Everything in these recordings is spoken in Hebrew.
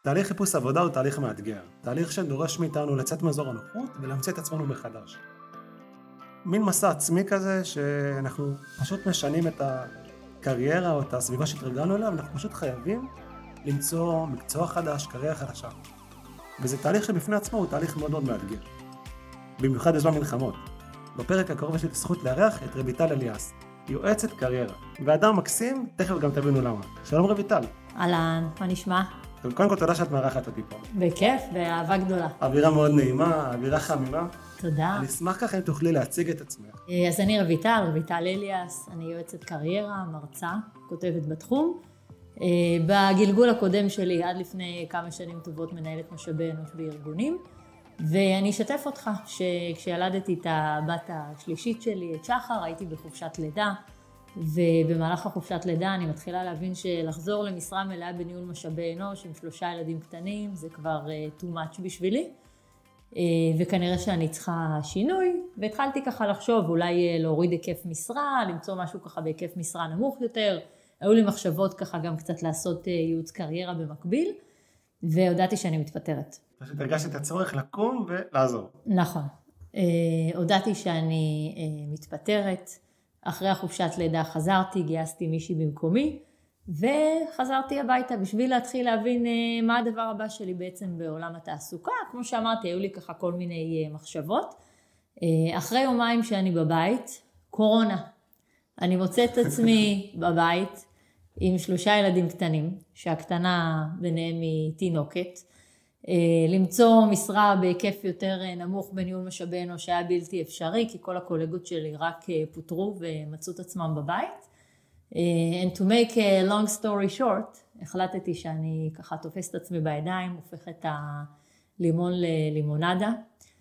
תהליך חיפוש עבודה הוא תהליך מאתגר, תהליך שדורש מאיתנו לצאת מאזור הנוחות ולהמציא את עצמנו מחדש. מין מסע עצמי כזה שאנחנו פשוט משנים את הקריירה או את הסביבה שהתרגלנו אליה, ואנחנו פשוט חייבים למצוא מקצוע חדש, קריירה חדשה. וזה תהליך שבפני עצמו הוא תהליך מאוד מאוד מאתגר. במיוחד בזמן מלחמות. בפרק הקרוב יש לי את הזכות לארח את רויטל אליאס, יועצת קריירה, ואדם מקסים, תכף גם תבינו למה. שלום רויטל. אהלן, מה נשמע? קודם כל תודה שאת מארחת אותי פה. בכיף, באהבה גדולה. אווירה מאוד נעימה, אווירה חמימה. תודה. אני אשמח ככה אם תוכלי להציג את עצמך. אז אני רויטל אליאס, אני יועצת קריירה, מרצה, כותבת בתחום. בגלגול הקודם שלי, עד לפני כמה שנים טובות, מנהלת משאבי אנוש בארגונים. ואני אשתף אותך שכשילדתי את הבת השלישית שלי, את שחר, הייתי בחופשת לידה. ובמהלך החופשת לידה אני מתחילה להבין שלחזור למשרה מלאה בניהול משאבי אנוש עם 3 ילדים קטנים זה כבר too much בשבילי, וכנראה שאני צריכה שינוי, והתחלתי ככה לחשוב אולי להוריד היקף משרה, למצוא משהו ככה בהיקף משרה נמוך יותר. היו לי מחשבות ככה גם קצת לעשות ייעוץ קריירה במקביל, והודעתי שאני מתפטרת. פשוט הרגשתי את הצורך לקום ולעזור. נכון. הודעתי שאני מתפטרת. אחרי החופשת לידה חזרתי, גייסתי מישהי במקומי, וחזרתי הביתה בשביל להתחיל להבין מה הדבר הבא שלי בעצם בעולם התעסוקה. כמו שאמרתי, היו לי ככה כל מיני מחשבות. אחרי יומיים שאני בבית, קורונה. אני מוצאת את עצמי בבית עם 3 ילדים קטנים, שהקטנה ביניהם היא תינוקת. למצוא משרה בהיקף יותר נמוך בניהול משאבי אנוש היה בלתי אפשרי, כי כל הקולגות שלי רק פוטרו ומצאו את עצמם בבית. And to make a long story short, החלטתי שאני ככה תופס את עצמי בידיים, הופך את הלימון ללימונדה.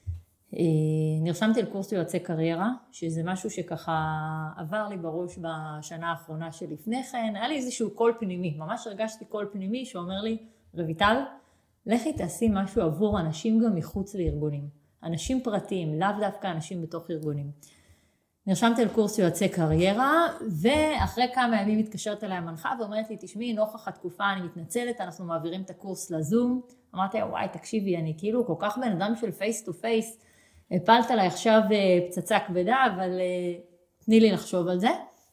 נרשמתי לקורס יועצי קריירה, שזה משהו שככה עבר לי בראש בשנה האחרונה שלפני כן. היה לי איזשהו קול פנימי, ממש הרגשתי קול פנימי שאומר לי, רויטל, לכי תעשי משהו עבור אנשים גם מחוץ לארגונים. אנשים פרטיים, לאו דווקא אנשים בתוך ארגונים. נרשמתי לקורס יועצי קריירה, ואחרי כמה ימים מתקשרת אליי המנחה ואומרת לי, תשמעי, נוכח התקופה, אני מתנצלת, אנחנו מעבירים את הקורס לזום. אמרתי, וואי, תקשיבי, אני כאילו כל כך בן אדם של פייס טו פייס, הפלת עליי עכשיו פצצה כבדה, אבל תני לי לחשוב על זה.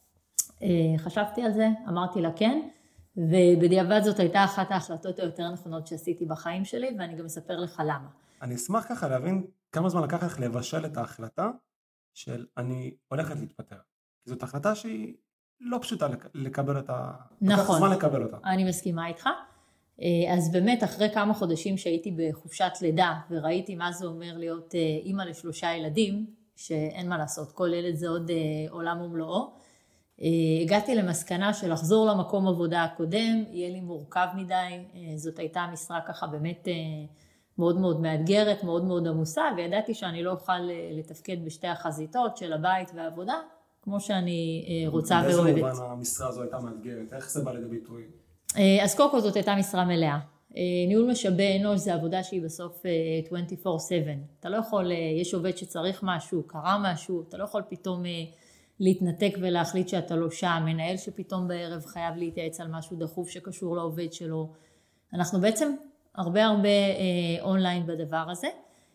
חשבתי על זה, אמרתי לה כן. ובדיעבד זאת הייתה אחת ההחלטות היותר נכונות שעשיתי בחיים שלי, ואני גם אספר לך למה. אני אשמח ככה להבין כמה זמן לקח לך לבשל את ההחלטה של אני הולכת להתפטר. כי זאת החלטה שהיא לא פשוטה לקבל אותה. נכון. לקח זמן לקבל אותה. אני מסכימה איתך. אז באמת אחרי כמה חודשים שהייתי בחופשת לידה, וראיתי מה זה אומר להיות אימא ל3 ילדים, שאין מה לעשות, כל ילד זה עוד עולם ומלואו, הגעתי למסקנה של לחזור למקום עבודה הקודם, יהיה לי מורכב מדי. זאת הייתה משרה ככה באמת מאוד מאוד מאתגרת, מאוד מאוד עמוסה, וידעתי שאני לא אוכל לתפקד בשתי החזיתות של הבית והעבודה, כמו שאני רוצה ואוהבת. באיזה מובן המשרה הזו הייתה מאתגרת? איך זה בא לידי ביטוי? אז קודם כל זאת הייתה משרה מלאה. ניהול משאבי אנוש זה עבודה שהיא בסוף 24/7. אתה לא יכול, יש עובד שצריך משהו, קרה משהו, אתה לא יכול פתאום להתנתק ולהחליט שאתה לא שם, מנהל שפתאום בערב חייב להתייעץ על משהו דחוף שקשור לעובד שלו. אנחנו בעצם הרבה אונליין בדבר הזה,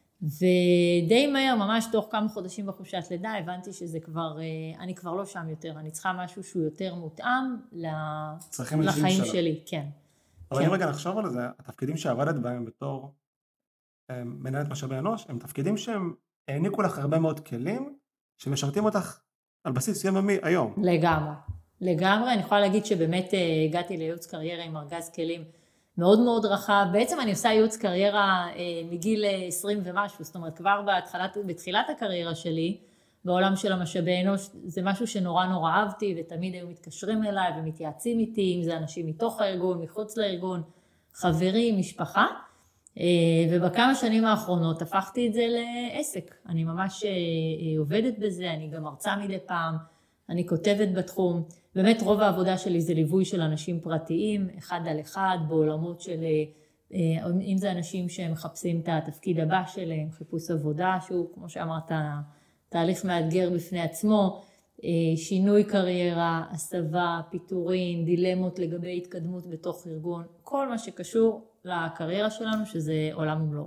ודי מהר, ממש תוך כמה חודשים בחופשת לידה, הבנתי שזה כבר, אני כבר לא שם יותר, אני צריכה משהו שהוא יותר מותאם לחיים שלי, כן. אבל אם רגע נחשוב על זה, התפקידים שעבדת בהם בתור מנהלת משאבי אנוש, הם תפקידים שהם העניקו לך הרבה מאוד כלים, שמשרתים אותך על בסיס יומיומי היום. לגמרי. אני יכולה להגיד שבאמת הגעתי לייעוץ קריירה עם ארגז כלים מאוד מאוד רחב. בעצם אני עושה ייעוץ קריירה מגיל 20 ומשהו, זאת אומרת כבר בתחילת הקריירה שלי, בעולם של המשאבי אנוש, זה משהו שנורא אהבתי, ותמיד היו מתקשרים אליי ומתייעצים איתי, אם זה אנשים מתוך הארגון, מחוץ לארגון, חברים, משפחה. ובכמה שנים האחרונות הפכתי את זה לעסק. אני ממש עובדת בזה, אני גם מרצה מדי פעם, אני כותבת בתחום. באמת רוב העבודה שלי זה ליווי של אנשים פרטיים, 1-על-1, בעולמות של, אם זה אנשים שמחפשים את התפקיד הבא שלהם, חיפוש עבודה, שהוא כמו שאמרת, תהליך מאתגר בפני עצמו, שינוי קריירה, הסבה, פיטורין, דילמות לגבי התקדמות בתוך ארגון, כל מה שקשור לקריירה שלנו, שזה עולם ומלואו.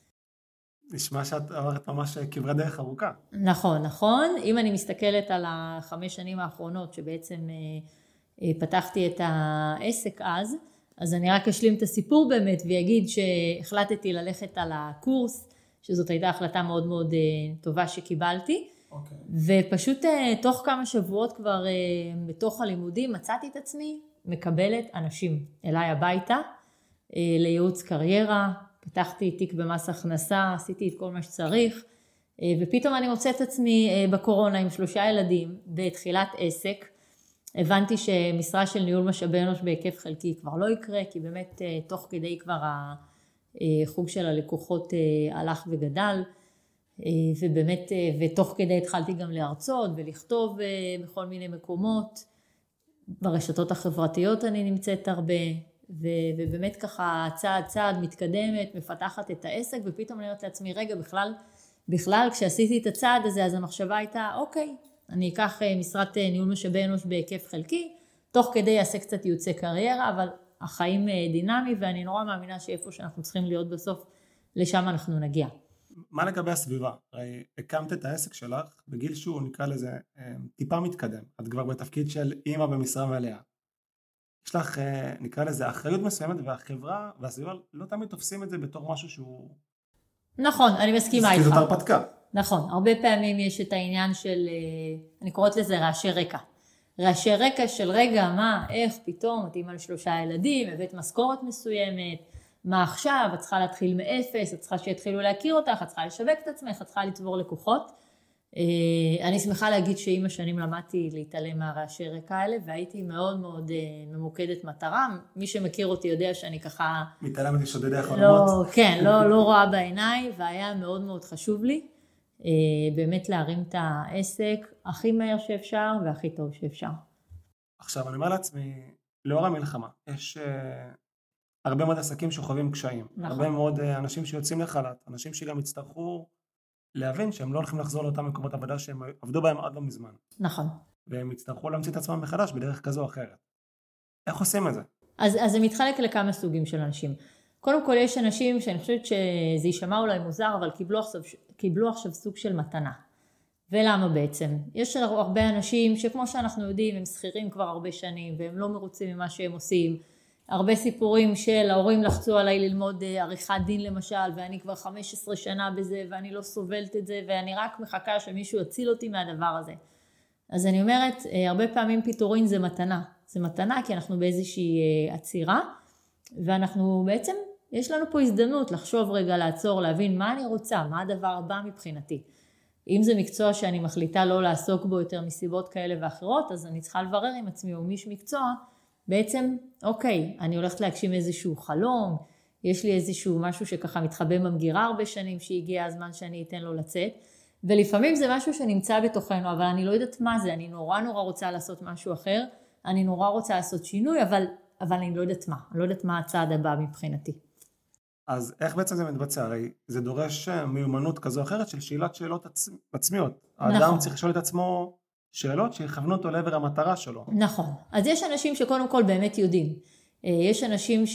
נשמע שאת עברת ממש כברת דרך ארוכה. נכון, נכון. אם אני מסתכלת על 5 שנים האחרונות, שבעצם פתחתי את העסק אז אני רק אשלים את הסיפור באמת, ויגיד שהחלטתי ללכת על הקורס, שזאת הייתה החלטה מאוד מאוד טובה שקיבלתי, ופשוט תוך כמה שבועות כבר בתוך הלימודים מצאתי את עצמי מקבלת אנשים אליי הביתה לייעוץ קריירה, פתחתי תיק במס הכנסה, עשיתי את כל מה שצריך, ופתאום אני מוצאת את עצמי בקורונה עם 3 ילדים בתחילת עסק. הבנתי שמשרה של ניהול משאבי אנוש בהיקף חלקי כבר לא יקרה, כי באמת תוך כדי כבר החוג של הלקוחות הלך וגדל, ובאמת, ותוך כדי התחלתי גם להרצות ולכתוב בכל מיני מקומות. ברשתות החברתיות אני נמצאת הרבה, ובאמת ככה צעד צעד מתקדמת, מפתחת את העסק, ופתאום אני אומרת לעצמי, רגע, בכלל כשעשיתי את הצעד הזה, אז המחשבה הייתה, אוקיי, אני אקח משרת ניהול משאבי אנוש בהיקף חלקי, תוך כדי אעשה קצת ייעוצי קריירה, אבל החיים דינמי, ואני נורא מאמינה שאיפה שאנחנו צריכים להיות בסוף, לשם אנחנו נגיע. מה לגבי הסביבה? הרי הקמת את העסק שלך בגיל שהוא נקרא לזה טיפה מתקדם. את כבר בתפקיד של אימא במשרה מלאה. יש לך, נקרא לזה, אחריות מסוימת, והחברה והסביבה לא תמיד תופסים את זה בתור משהו שהוא... נכון, אני מסכימה איתך. זאת הרפתקה. נכון, הרבה פעמים יש את העניין של, אני קוראת לזה רעשי רקע. רעשי רקע של רגע, מה, איך, פתאום, את אימא ל3 ילדים, הבאת משכורת מסוימת, מה עכשיו, את צריכה להתחיל מאפס, את צריכה שיתחילו להכיר אותך, את צריכה לשווק את עצמך, את צריכה לצבור לקוחות. אני שמחה להגיד שעם השנים למדתי להתעלם מהרעשי רקע האלה, והייתי מאוד מאוד ממוקדת מטרה. מי שמכיר אותי יודע שאני ככה... מתעלמת משודדי החלומות. כן, לא רואה בעיניי, והיה מאוד מאוד חשוב לי. באמת להרים את העסק הכי מהר שאפשר והכי טוב שאפשר. עכשיו אני אומר לעצמי, לאור המלחמה, יש הרבה מאוד עסקים שחווים קשיים, נכון. הרבה מאוד אנשים שיוצאים לחל"ת, אנשים שגם יצטרכו להבין שהם לא הולכים לחזור לאותם מקומות עבודה שהם עבדו בהם עד לא מזמן. נכון. והם יצטרכו להמציא את עצמם מחדש בדרך כזו או אחרת. איך עושים את זה? אז זה מתחלק לכמה סוגים של אנשים. קודם כל יש אנשים שאני חושבת שזה יישמע אולי מוזר, אבל קיבלו עכשיו סוג של מתנה. ולמה בעצם? יש הרבה אנשים שכמו שאנחנו יודעים, הם שכירים כבר הרבה שנים, והם לא מרוצים ממה שהם עושים. הרבה סיפורים של ההורים לחצו עליי ללמוד עריכת דין למשל, ואני כבר 15 שנה בזה, ואני לא סובלת את זה, ואני רק מחכה שמישהו יציל אותי מהדבר הזה. אז אני אומרת, הרבה פעמים פיטורין זה מתנה. זה מתנה כי אנחנו באיזושהי עצירה, ואנחנו בעצם, יש לנו פה הזדמנות לחשוב רגע, לעצור, להבין מה אני רוצה, מה הדבר הבא מבחינתי. אם זה מקצוע שאני מחליטה לא לעסוק בו יותר מסיבות כאלה ואחרות, אז אני צריכה לברר עם עצמי, או מיש מקצוע, בעצם, אוקיי, אני הולכת להגשים איזשהו חלום, יש לי איזשהו משהו שככה מתחבא במגירה הרבה שנים, שהגיע הזמן שאני אתן לו לצאת, ולפעמים זה משהו שנמצא בתוכנו, אבל אני לא יודעת מה זה, אני נורא רוצה לעשות משהו אחר, אני נורא רוצה לעשות שינוי, אבל אני לא יודעת מה, אני לא יודעת מה הצעד הבא מבחינתי. אז איך בעצם זה מתבצע? הרי זה דורש מיומנות כזו או אחרת של שאלות עצמיות. האדם נכון. צריך לשאול את עצמו שאלות שיכוונו אותו לעבר המטרה שלו. נכון. אז יש אנשים שקודם כל באמת יודעים. יש אנשים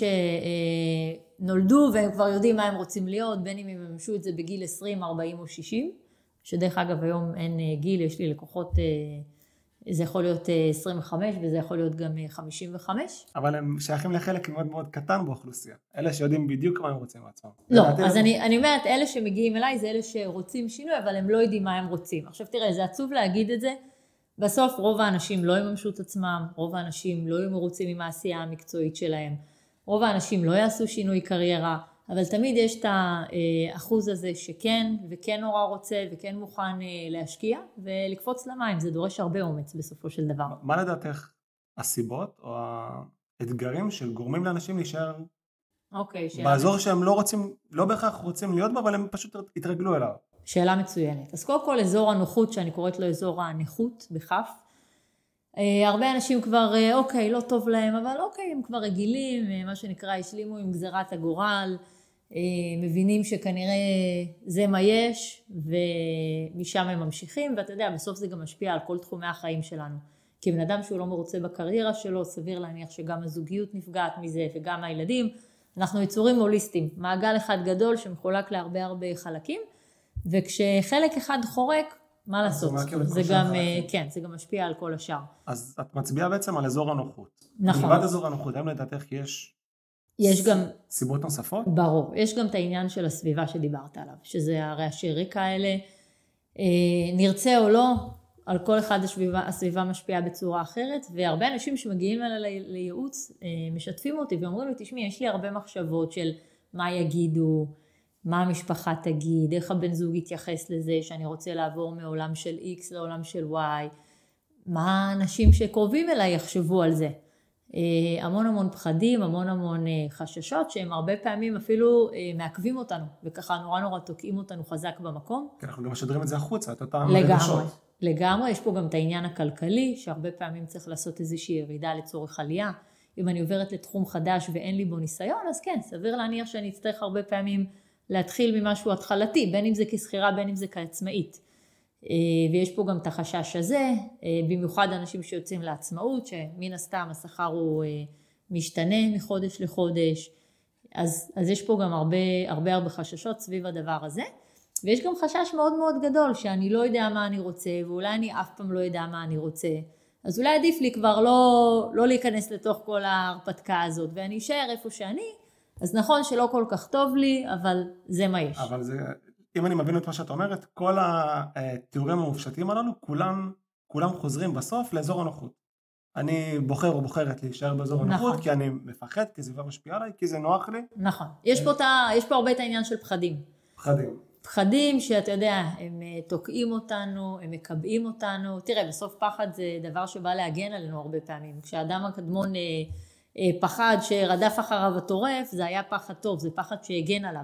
שנולדו והם כבר יודעים מה הם רוצים להיות, בין אם הם ימשו את זה בגיל 20, 40 או 60, שדרך אגב היום אין גיל, יש לי לקוחות... זה יכול להיות 25 וזה יכול להיות גם 55. אבל הם שייכים לחלק מאוד מאוד קטן באוכלוסייה. אלה שיודעים בדיוק מה הם רוצים בעצמם. לא, אז אני אומרת, אלה שמגיעים אליי זה אלה שרוצים שינוי, אבל הם לא יודעים מה הם רוצים. עכשיו תראה, זה עצוב להגיד את זה. בסוף רוב האנשים לא יממשו את עצמם, רוב האנשים לא יהיו מרוצים עם העשייה המקצועית שלהם. רוב האנשים לא יעשו שינוי קריירה, אבל תמיד יש את האחוז הזה שכן, וכן נורא רוצה, וכן מוכן להשקיע, ולקפוץ למים, זה דורש הרבה אומץ בסופו של דבר. מה לדעתך הסיבות, או האתגרים של גורמים לאנשים להישאר באזור שהם לא רוצים, לא בהכרח רוצים להיות בו, אבל הם פשוט התרגלו אליו? שאלה מצוינת. אז קודם כל אזור הנוחות, שאני קוראת לו אזור הנכות, בכף, הרבה אנשים כבר, אוקיי, לא טוב להם, אבל אוקיי, הם כבר רגילים, מה שנקרא, השלימו עם גזרת הגורל, מבינים שכנראה זה מה יש, ומשם הם ממשיכים, ואתה יודע, בסוף זה גם משפיע על כל תחומי החיים שלנו. כי בן אדם שהוא לא מרוצה בקריירה שלו, סביר להניח שגם הזוגיות נפגעת מזה, וגם הילדים. אנחנו יצורים הוליסטיים, מעגל אחד גדול שמחולק להרבה הרבה חלקים, וכשחלק אחד חורק, מה לעשות? זה גם, כן, זה גם משפיע על כל השאר. אז את מצביעה בעצם על אזור הנוחות. נכון. מלבד אזור הנוחות, האם לדעתך יש גם סיבות נוספות? ברור, יש גם את העניין של הסביבה שדיברת עליו, שזה הרעשי רקע האלה, נרצה או לא, על כל אחד הסביבה משפיעה בצורה אחרת, והרבה אנשים שמגיעים אליי לייעוץ משתפים אותי ואומרים לי, תשמעי, יש לי הרבה מחשבות של מה יגידו, מה המשפחה תגיד, איך הבן זוג יתייחס לזה, שאני רוצה לעבור מעולם של X לעולם של Y, מה האנשים שקרובים אליי יחשבו על זה. המון פחדים, המון חששות, שהם הרבה פעמים אפילו מעכבים אותנו, וככה נורא תוקעים אותנו חזק במקום. כי אנחנו גם משדרים את זה החוצה, את אותם רגשות. לגמרי, יש פה גם את העניין הכלכלי, שהרבה פעמים צריך לעשות איזושהי ירידה לצורך עלייה. אם אני עוברת לתחום חדש ואין לי בו ניסיון, אז כן, סביר להניח שאני אצטרך הרבה פעמים להתחיל ממשהו התחלתי, בין אם זה כסחירה, בין אם זה כעצמאית. ויש פה גם את החשש הזה, במיוחד אנשים שיוצאים לעצמאות, שמן הסתם השכר הוא משתנה מחודש לחודש, אז יש פה גם הרבה חששות סביב הדבר הזה, ויש גם חשש מאוד גדול, שאני לא יודע מה אני רוצה, ואולי אני אף פעם לא יודע מה אני רוצה, אז אולי עדיף לי כבר לא להיכנס לתוך כל ההרפתקה הזאת, ואני אשאר איפה שאני, אז נכון שלא כל כך טוב לי, אבל זה מה יש. אבל זה... אם אני מבין את מה שאת אומרת, כל התיאורים המופשטים הללו, כולם חוזרים בסוף לאזור הנוחות. אני בוחר או בוחרת להישאר באזור הנוחות, כי אני מפחד, כי זה כבר משפיע עליי, כי זה נוח לי. נכון. יש פה הרבה את העניין של פחדים. פחדים שאתה יודע, הם תוקעים אותנו, הם מקבעים אותנו. תראה, בסוף פחד זה דבר שבא להגן עלינו הרבה פעמים. כשהאדם הקדמון פחד שרדף אחריו הטורף, זה היה פחד טוב, זה פחד שהגן עליו.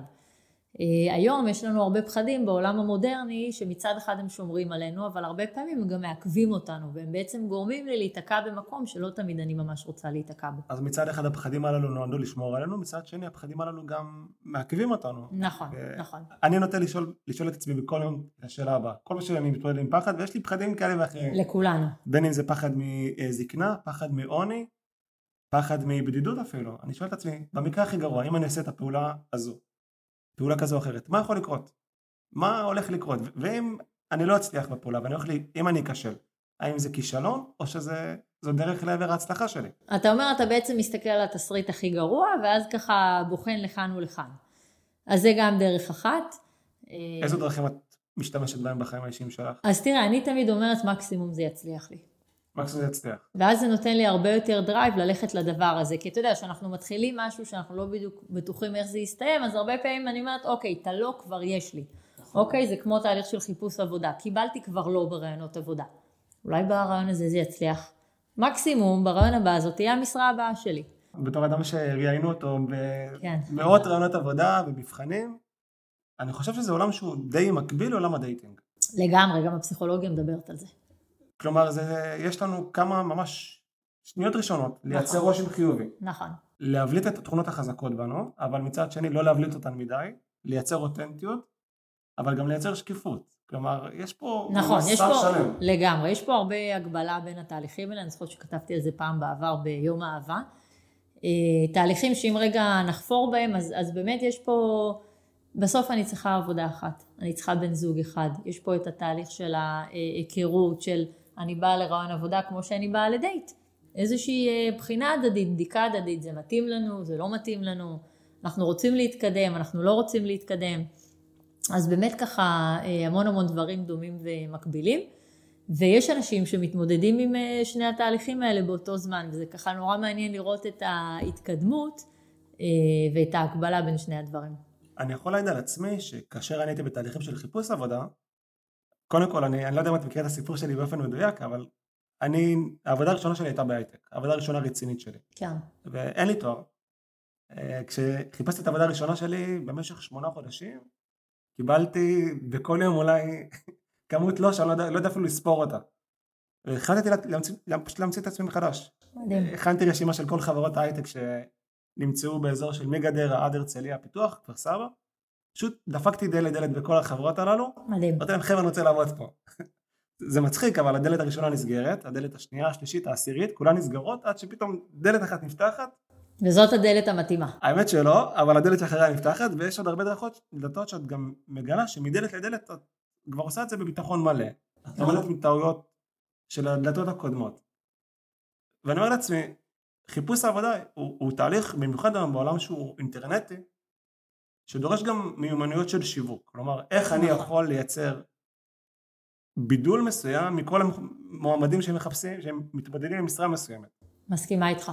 היום יש לנו הרבה פחדים בעולם המודרני שמצד אחד הם שומרים עלינו, אבל הרבה פעמים הם גם מעכבים אותנו, והם בעצם גורמים לי להיתקע במקום שלא תמיד אני ממש רוצה להיתקע בו. אז מצד אחד הפחדים הללו נועדו לשמור עלינו, מצד שני הפחדים הללו גם מעכבים אותנו. נכון. אני נוטה לשאול את עצמי בכל יום השאלה הבאה, כל מה שאני מתמודד עם פחד, ויש לי פחדים כאלה ואחרים. לכולנו. בין אם זה פחד מזקנה, פחד מעוני, פחד מבדידות אפילו. אני שואל את עצמי, במקרה הכי גרוע, אם אני אעשה את הפעולה הזו, פעולה כזו או אחרת, מה יכול לקרות? מה הולך לקרות? ואם אני לא אצליח בפעולה, אם אני אכשל, האם זה כישלון, או זו דרך לעבר ההצלחה שלי? אתה אומר, אתה בעצם מסתכל על התסריט הכי גרוע, ואז ככה בוחן לכאן ולכאן. אז זה גם דרך אחת. איזו דרכים את משתמשת בהם בחיים האישיים שלך? אז תראה, אני תמיד אומרת, מקסימום זה יצליח לי. מקסימום זה יצליח. ואז זה נותן לי הרבה יותר דרייב ללכת לדבר הזה, כי אתה יודע, שאנחנו מתחילים משהו שאנחנו לא בדיוק בטוחים איך זה יסתיים, אז הרבה פעמים אני אומרת, אוקיי, את הלא כבר יש לי. אוקיי, זה כמו תהליך של חיפוש עבודה. קיבלתי כבר לא ברעיונות עבודה. אולי ברעיון הזה זה יצליח. מקסימום, ברעיון הבא הזאת תהיה המשרה הבאה שלי. בתור אדם שראיינו אותו במאות רעיונות עבודה ומבחנים, אני חושב שזה עולם שהוא די מקביל לעולם הדייטינג. לגמרי, גם הפסיכולוגיה מדברת על זה. כלומר, יש לנו כמה ממש שניות ראשונות לייצר רושם חיובי. נכון. להבליט את התכונות החזקות בנו, אבל מצד שני לא להבליט אותן מדי, לייצר אותנטיות, אבל גם לייצר שקיפות. כלומר, יש פה מסע שלם. לגמרי, יש פה הרבה הגבלה בין התהליכים האלה, אני זוכרת שכתבתי על זה פעם בעבר ביום האהבה. תהליכים שאם רגע נחפור בהם, אז באמת יש פה, בסוף אני צריכה עבודה אחת, אני צריכה בן זוג אחד. יש פה את התהליך של ההיכרות, של אני באה לרעיון עבודה כמו שאני באה לדייט. איזושהי בחינה הדדית, בדיקה הדדית, זה מתאים לנו, זה לא מתאים לנו, אנחנו רוצים להתקדם, אנחנו לא רוצים להתקדם. אז באמת ככה המון דברים דומים ומקבילים, ויש אנשים שמתמודדים עם שני התהליכים האלה באותו זמן, וזה ככה נורא מעניין לראות את ההתקדמות ואת ההקבלה בין שני הדברים. אני יכול להעיד על עצמי שכאשר אני הייתי בתהליכים של חיפוש עבודה, קודם כל אני לא יודע אם את מכירה את הסיפור שלי באופן מדויק, אבל העבודה הראשונה שלי הייתה בהייטק, העבודה הראשונה רצינית שלי. כן. ואין לי תואר. כשחיפשתי את העבודה הראשונה שלי במשך 8 חודשים, קיבלתי בכל יום אולי כמות שאני לא יודע אפילו לספור אותה. החלטתי פשוט להמציא את עצמי מחדש. מדהים. הכנתי רשימה של כל חברות ההייטק נמצאו באזור של מגדרה עד הרצליה פיתוח, כפר סבא. פשוט דפקתי דלת בכל החברות הללו. מדהים. אמרתי להם, חבר'ה, אני רוצה לעבוד פה. זה מצחיק, אבל הדלת הראשונה נסגרת, הדלת השנייה, השלישית, העשירית, כולן נסגרות, עד שפתאום דלת אחת נפתחת. וזאת הדלת המתאימה. האמת שלא, אבל הדלת שאחריה נפתחת, ויש עוד הרבה דלתות שאת גם מגלה שמדלת לדלת את כבר עושה את זה בביטחון מלא. את לומדת מטעויות של הדלתות הקודמות. ואני אומר לעצמי, חיפוש העבודה הוא תהליך, במיוחד בעולם שהוא אינטרנטי, שדורש גם מיומנויות של שיווק. כלומר, איך אני יכול לייצר בידול מסוים מכל המועמדים שהם מחפשים, שהם מתמודדים עם משרה מסוימת. מסכימה איתך.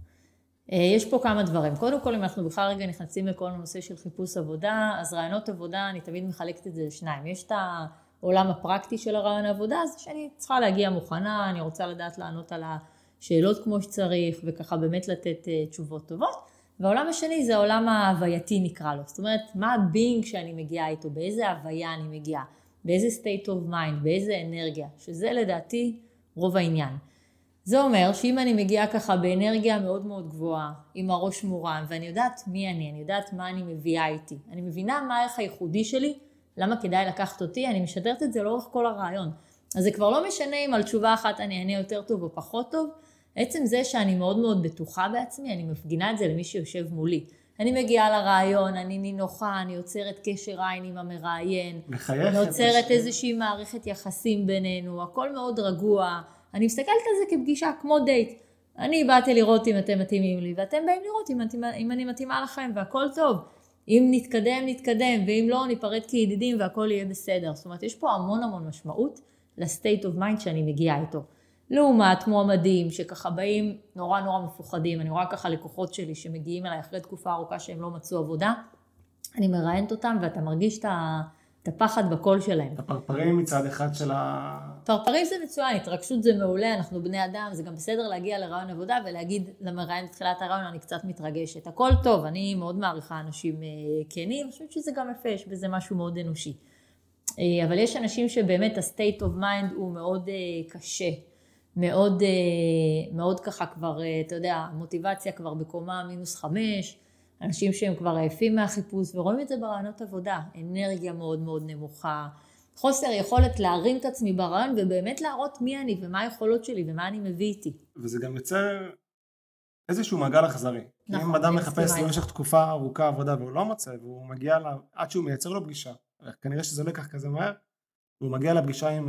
יש פה כמה דברים. קודם כל, אם אנחנו בכלל רגע נכנסים לכל הנושא של חיפוש עבודה, אז רעיונות עבודה, אני תמיד מחלקת את זה לשניים. יש את העולם הפרקטי של הרעיון העבודה, אז שאני צריכה להגיע מוכנה, אני רוצה לדעת לענות על השאלות כמו שצריך, וככה באמת לתת תשובות טובות. והעולם השני זה העולם ההווייתי נקרא לו. זאת אומרת, מה הבינג שאני מגיעה איתו, באיזה הוויה אני מגיעה, באיזה state of mind, באיזה אנרגיה, שזה לדעתי רוב העניין. זה אומר שאם אני מגיעה ככה באנרגיה מאוד מאוד גבוהה, עם הראש מורם, ואני יודעת מי אני יודעת מה אני מביאה איתי, אני מבינה מה הערך הייחודי שלי, למה כדאי לקחת אותי, אני משדרת את זה לאורך כל הרעיון. אז זה כבר לא משנה אם על תשובה אחת אני אענה יותר טוב או פחות טוב, עצם זה שאני מאוד מאוד בטוחה בעצמי, אני מפגינה את זה למי שיושב מולי. אני מגיעה לרעיון, אני נינוחה, אני יוצרת קשר עין עם המראיין, אני יוצרת איזושהי מערכת יחסים בינינו, הכל מאוד רגוע, אני מסתכלת על זה כפגישה, כמו דייט. אני באתי לראות אם אתם מתאימים לי, ואתם באים לראות אם אני מתאימה לכם, והכל טוב. אם נתקדם, ואם לא, ניפרד כידידים, והכל יהיה בסדר. זאת אומרת, יש פה המון משמעות ל-state of mind שאני מגיעה איתו. לעומת מועמדים שככה באים נורא מפוחדים. אני רואה ככה לקוחות שלי שמגיעים אליי אחרי תקופה ארוכה שהם לא מצאו עבודה. אני מראיינת אותם, ואתה מרגיש את הפחד בקול שלהם. את הפרפרים מצד אחד של פרפרים זה מצוין, התרגשות זה מעולה, אנחנו בני אדם, זה גם בסדר להגיע לרעיון עבודה ולהגיד למראיין בתחילת הרעיון, אני קצת מתרגשת. הכל טוב, אני מאוד מעריכה אנשים כנים, אני חושבת שזה גם יפה, יש בזה משהו מאוד אנושי. אבל יש אנשים שבאמת ה-state of mind הוא מאוד קשה, מאוד ככה כבר, אתה יודע, המוטיבציה כבר בקומה -5, אנשים שהם כבר עייפים מהחיפוש, ורואים את זה ברעיונות עבודה, אנרגיה מאוד נמוכה, חוסר יכולת להרים את עצמי ברעיון, ובאמת להראות מי אני ומה היכולות שלי ומה אני מביא איתי. וזה גם יוצר איזשהו מעגל אכזרי. נכון, אם אדם מחפש במשך תקופה ארוכה עבודה והוא לא מוצא, והוא מגיע עד שהוא מייצר לו פגישה, כנראה שזה לא יקח כזה מהר, והוא מגיע לפגישה עם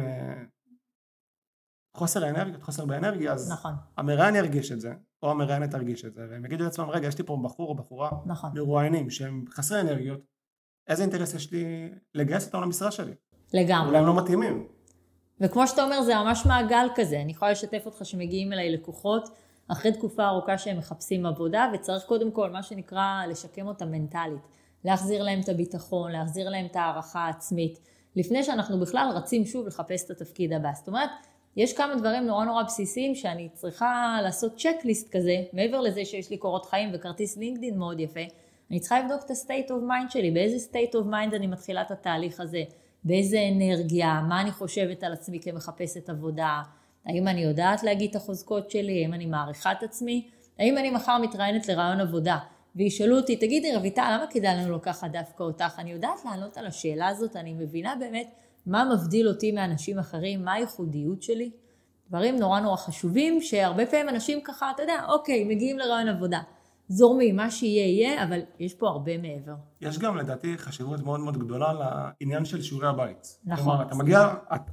חוסר האנרגיה, חוסר באנרגיה, אז נכון. המראיין ירגיש את זה, או המראיינת תרגיש את זה, והם יגידו לעצמם, רגע, יש לי פה בחור או בחורה, נכון. מרואיינים שהם חסרי אנרגיות, איזה אינטרס יש לי לגייס אותם למשרה שלי? לגמרי. אולי הם לא מתאימים. וכמו שאתה אומר, זה ממש מעגל כזה. אני יכולה לשתף אותך שמגיעים אליי לקוחות, אחרי תקופה ארוכה שהם מחפשים עבודה, וצריך קודם כל מה שנקרא לשקם אותם מנטלית. להחזיר להם את הביטחון, להחזיר להם את הערכה העצמית, לפני שאנחנו בכלל רצים שוב לחפש את התפקיד הבא. זאת אומרת, יש כמה דברים נורא בסיסיים שאני צריכה לעשות צ'קליסט כזה, מעבר לזה שיש לי קורות חיים וכרטיס לינקדין מאוד יפה, אני צריכה לבדוק את ה-state of mind שלי, באיזה state of mind אני מתחילה את התהליך הזה, באיזה אנרגיה, מה אני חושבת על עצמי כמחפשת עבודה, האם אני יודעת להגיד את החוזקות שלי, האם אני מעריכה את עצמי, האם אני מחר מתראיינת לרעיון עבודה, וישאלו אותי, תגידי רויטל, למה כדאי לנו לקחת דווקא אותך? אני יודעת לענות על השאלה הזאת, אני מבינה באמת מה מבדיל אותי מאנשים אחרים, מה הייחודיות שלי, דברים נורא חשובים, שהרבה פעמים אנשים ככה, אתה יודע, אוקיי, מגיעים לרעיון עבודה, זורמים, מה שיהיה, אבל יש פה הרבה מעבר. יש גם לדעתי חשיבות מאוד גדולה לעניין של שיעורי הבית. נכון. כלומר, אתה מגיע,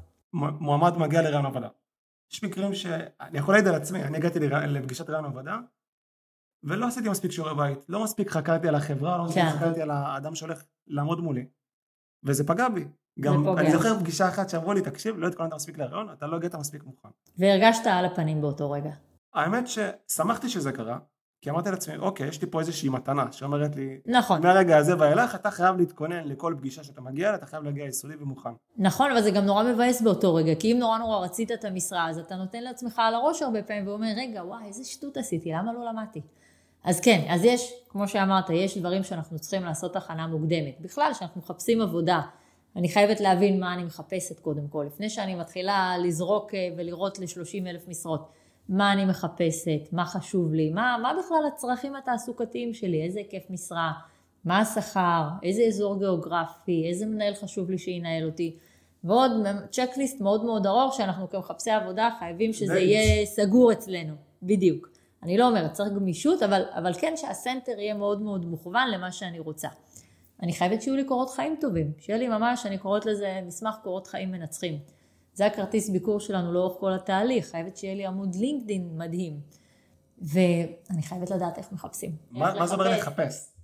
מועמד מגיע לרעיון עבודה. יש מקרים שאני יכול להעיד על עצמי, אני הגעתי לפגישת רעיון עבודה, ולא עשיתי מספיק שיעורי בית, לא מספיק חקרתי על החברה, לא מספיק חקרתי על האדם שהולך לעמוד מולי, וזה פגע בי. גם אני זוכר פגישה אחת שאמרו לי, תקשיב, לא התכוננת מספיק לרעיון, אתה לא הגעת מספיק מוכן. והרגשת על הפנים באותו רגע. האמת ששמחתי שזה קרה, כי אמרתי לעצמי, אוקיי, יש לי פה איזושהי מתנה, שאומרת לי, נכון. מהרגע הזה ואילך, אתה חייב להתכונן לכל פגישה שאתה מגיע, אתה חייב להגיע יסודי ומוכן. נכון, אבל זה גם נורא מבאס באותו רגע, כי אם נורא רצית את המשרה, אז אתה נותן לעצמך על הראש הרבה פעמים, ואומר, רגע, וואי, איזה שטות עשיתי, למה לא למדתי? אז כן, אז יש, כמו שאמרת, יש דברים שאנחנו צריכים לעשות הכנה מוקדמת. בכלל, שאנחנו מחפשים עבודה, אני חייבת להבין מה אני מחפשת קודם כל, לפני שאני מתחילה לזרוק ולראות ל-30,000 משרות. מה אני מחפשת, מה חשוב לי, מה בכלל הצרכים התעסוקתיים שלי, איזה היקף משרה, מה השכר, איזה אזור גיאוגרפי, איזה מנהל חשוב לי שינהל אותי. ועוד צ'קליסט מאוד מאוד ארוך שאנחנו כמחפשי עבודה חייבים שזה יהיה סגור אצלנו, בדיוק. אני לא אומרת, צריך גמישות, אבל כן שהסנטר יהיה מאוד מאוד מוכוון למה שאני רוצה. אני חייבת שיהיו לי קורות חיים טובים, שיהיה לי ממש, אני קוראת לזה מסמך קורות חיים מנצחים. זה הכרטיס ביקור שלנו לאורך כל התהליך, חייבת שיהיה לי עמוד לינקדין מדהים. ואני חייבת לדעת איך מחפשים. מה זה אומר לחפש?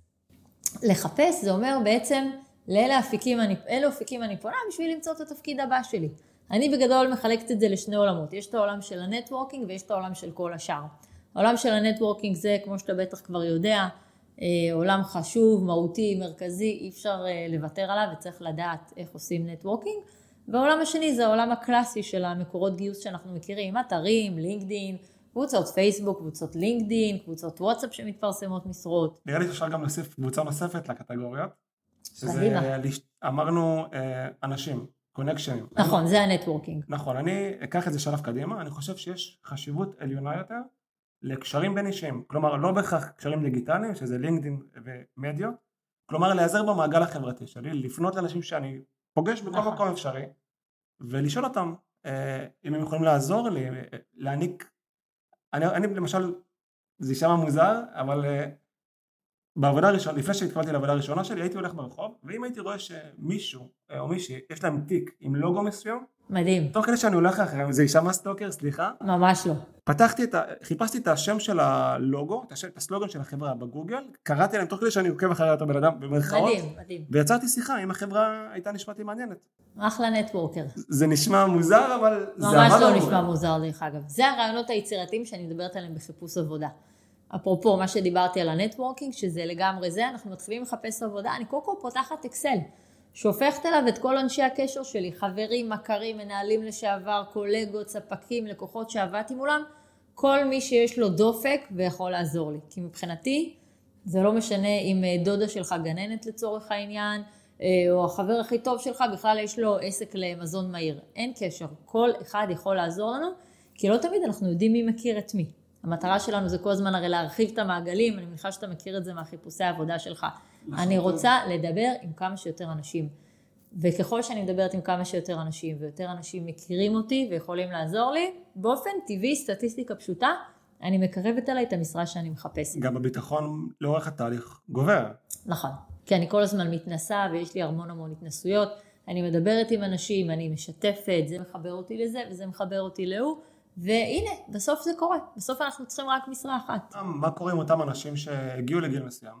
לחפש זה אומר בעצם, לאלה אפיקים אני פונה בשביל למצוא את התפקיד הבא שלי. אני בגדול מחלקת את זה לשני עולמות. יש את העולם של הנטוורקינג ויש את העולם של כל השאר. העולם של הנטוורקינג זה, כמו שאתה בטח כבר יודע, עולם חשוב, מהותי, מרכזי, אי אפשר לוותר עליו וצריך לדעת איך עושים נטוורקינג. והעולם השני זה העולם הקלאסי של המקורות גיוס שאנחנו מכירים, אתרים, לינקדין, קבוצות פייסבוק, קבוצות לינקדין, קבוצות וואטסאפ שמתפרסמות משרות. נראה לי שאפשר גם להוסיף קבוצה נוספת לקטגוריות, שזה אמרנו אנשים, קונקשנים. נכון, זה הנטוורקינג. נכון, אני אקח את זה שלב קדימה, אני חושב שיש חשיבות עליונה יותר לקשרים בין אישיים, כלומר לא בהכרח קשרים דיגיטליים, שזה לינקדין ומדיות, כלומר להיעזר במעגל החברתי שלי, לפנות לאנשים שאני פוגש בכל מקום אפשרי, ולשאול אותם אם הם יכולים לעזור לי, להעניק, אני למשל, זה יישמע מוזר, אבל בעבודה הראשונה, לפני שהתקבלתי לעבודה הראשונה שלי, הייתי הולך ברחוב, ואם הייתי רואה שמישהו או מישהי, יש להם תיק עם לוגו מסוים, מדהים. תוך כדי שאני הולך אחריהם, זה יישמע סטוקר, סליחה. ממש לא. חיפשתי את השם של הלוגו, את הסלוגן של החברה בגוגל, קראתי להם תוך כדי שאני עוקב אחרי אותו בן אדם במרכאות, מדהים. ויצרתי שיחה אם החברה הייתה נשמעת לי מעניינת. אחלה נטוורקר. זה נשמע מוזר, אבל זה ממש לא נשמע מוזר דרך אגב. זה הרעיונות היצירתיים שאני מדברת עליהם בחיפוש עבודה. אפרופו מה שדיברתי על הנטוורקינג, שזה לגמרי זה, אנחנו מתחילים לחפש עבודה, אני קודם כל פותחת אקסל, שופכת אליו את כל אנשי הקשר שלי, חברים, מכרים, מנהלים לשעבר, קולגות, ספקים, לקוחות שעבדתי מולם, כל מי שיש לו דופק ויכול לעזור לי. כי מבחינתי, זה לא משנה אם דודה שלך גננת לצורך העניין, או החבר הכי טוב שלך, בכלל יש לו עסק למזון מהיר. אין קשר, כל אחד יכול לעזור לנו, כי לא תמיד אנחנו יודעים מי מכיר את מי. המטרה שלנו זה כל הזמן הרי להרחיב את המעגלים, אני מניחה שאתה מכיר את זה מהחיפושי העבודה שלך. אני רוצה לדבר עם כמה שיותר אנשים. וככל שאני מדברת עם כמה שיותר אנשים, ויותר אנשים מכירים אותי ויכולים לעזור לי, באופן טבעי, סטטיסטיקה פשוטה, אני מקרבת עליי את המשרה שאני מחפשת. גם הביטחון לאורך התהליך גובר. נכון, כי אני כל הזמן מתנסה ויש לי המון התנסויות, אני מדברת עם אנשים, אני משתפת, זה מחבר אותי לזה וזה מחבר אותי להוא, והנה, בסוף זה קורה, בסוף אנחנו צריכים רק משרה אחת. מה קורה עם אותם אנשים שהגיעו לגיל מסוים,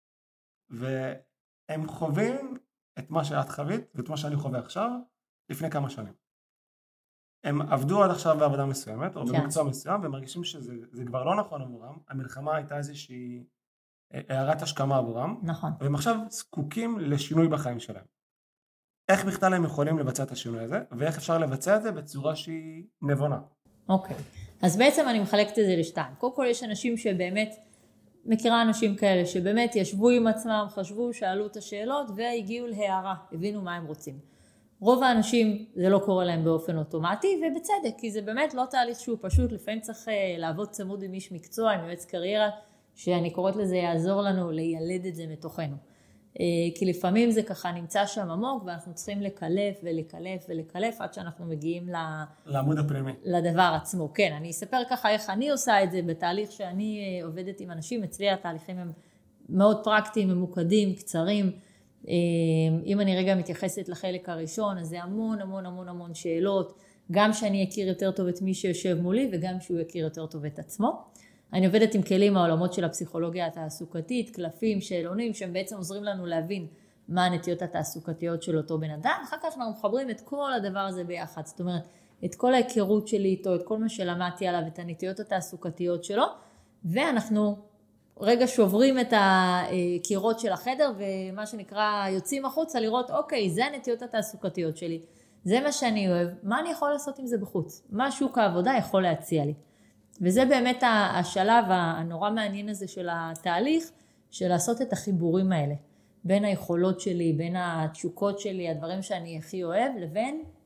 והם חווים את מה שאת חווית ואת מה שאני חווה עכשיו, לפני כמה שנים. הם עבדו עד עכשיו בעבודה מסוימת, או במקצוע מסוים, והם מרגישים שזה כבר לא נכון עבורם, המלחמה הייתה איזושהי הערת השכמה עבורם, נכון. והם עכשיו זקוקים לשינוי בחיים שלהם. איך בכלל הם יכולים לבצע את השינוי הזה, ואיך אפשר לבצע את זה בצורה שהיא נבונה. אוקיי, אז בעצם אני מחלקת את זה לשתיים. קודם כל יש אנשים שבאמת, מכירה אנשים כאלה שבאמת ישבו עם עצמם, חשבו, שאלו את השאלות והגיעו להערה, הבינו מה הם רוצים. רוב האנשים זה לא קורה להם באופן אוטומטי, ובצדק, כי זה באמת לא תהליך שהוא פשוט, לפעמים צריך לעבוד צמוד עם איש מקצוע, עם יועץ קריירה, שאני קוראת לזה יעזור לנו לילד את זה מתוכנו. כי לפעמים זה ככה נמצא שם עמוק, ואנחנו צריכים לקלף עד שאנחנו מגיעים לעמוד הפנימי. לדבר עצמו. כן, אני אספר ככה איך אני עושה את זה בתהליך שאני עובדת עם אנשים, אצלי התהליכים הם מאוד פרקטיים, ממוקדים, קצרים. אם אני רגע מתייחסת לחלק הראשון, אז זה המון שאלות, גם שאני אכיר יותר טוב את מי שיושב מולי, וגם שהוא יכיר יותר טוב את עצמו. אני עובדת עם כלים מהעולמות של הפסיכולוגיה התעסוקתית, קלפים, שאלונים, שהם בעצם עוזרים לנו להבין מה הנטיות התעסוקתיות של אותו בן אדם. אחר כך אנחנו מחברים את כל הדבר הזה ביחד. זאת אומרת, את כל ההיכרות שלי איתו, את כל מה שלמדתי עליו, את הנטיות התעסוקתיות שלו, ואנחנו רגע שוברים את הקירות של החדר, ומה שנקרא יוצאים החוצה לראות, אוקיי, זה הנטיות התעסוקתיות שלי, זה מה שאני אוהב, מה אני יכול לעשות עם זה בחוץ? מה שוק העבודה יכול להציע לי? וזה באמת השלב הנורא מעניין הזה של התהליך, של לעשות את החיבורים האלה, בין היכולות שלי, בין התשוקות שלי, הדברים שאני הכי אוהב, לבין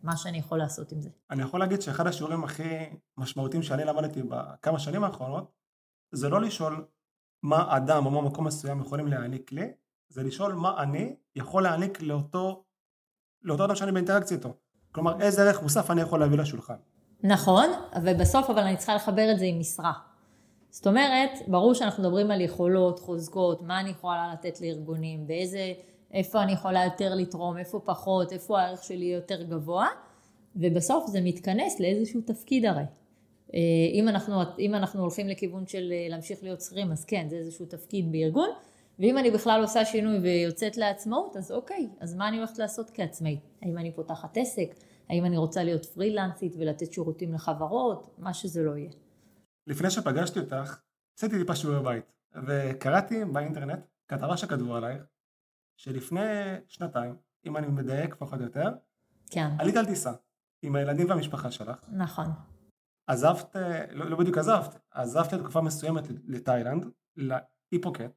מה שאני יכול לעשות עם זה. אני יכול להגיד שאחד השיעורים הכי משמעותיים שאני למדתי בכמה שנים האחרונות, זה לא לשאול מה אדם או מה מקום מסוים יכולים להעניק לי, זה לשאול מה אני יכול להעניק לאותו אדם שאני באינטראקציה איתו. כלומר, איזה ערך מוסף אני יכול להביא לשולחן. נכון, ובסוף אבל אני צריכה לחבר את זה עם משרה. זאת אומרת, ברור שאנחנו מדברים על יכולות, חוזקות, מה אני יכולה לתת לארגונים, איפה אני יכולה יותר לתרום, איפה פחות, איפה הערך שלי יותר גבוה, ובסוף זה מתכנס לאיזשהו תפקיד הרי. אם אנחנו הולכים לכיוון של להמשיך להיות שכירים, אז כן, זה איזשהו תפקיד בארגון, ואם אני בכלל עושה שינוי ויוצאת לעצמאות, אז אוקיי, אז מה אני הולכת לעשות כעצמאית? האם אני פותחת עסק? האם אני רוצה להיות פרילנסית ולתת שירותים לחברות? מה שזה לא יהיה. לפני שפגשתי אותך, עשיתי טיפה שיעורי בית, וקראתי באינטרנט כתבה שכתבו עלייך, שלפני 2 אם אני מדייק פחות או יותר, כן. עלית על טיסה עם הילדים והמשפחה שלך. נכון. עזבת, לא בדיוק עזבת לתקופה מסוימת לתאילנד, לאיפוקט.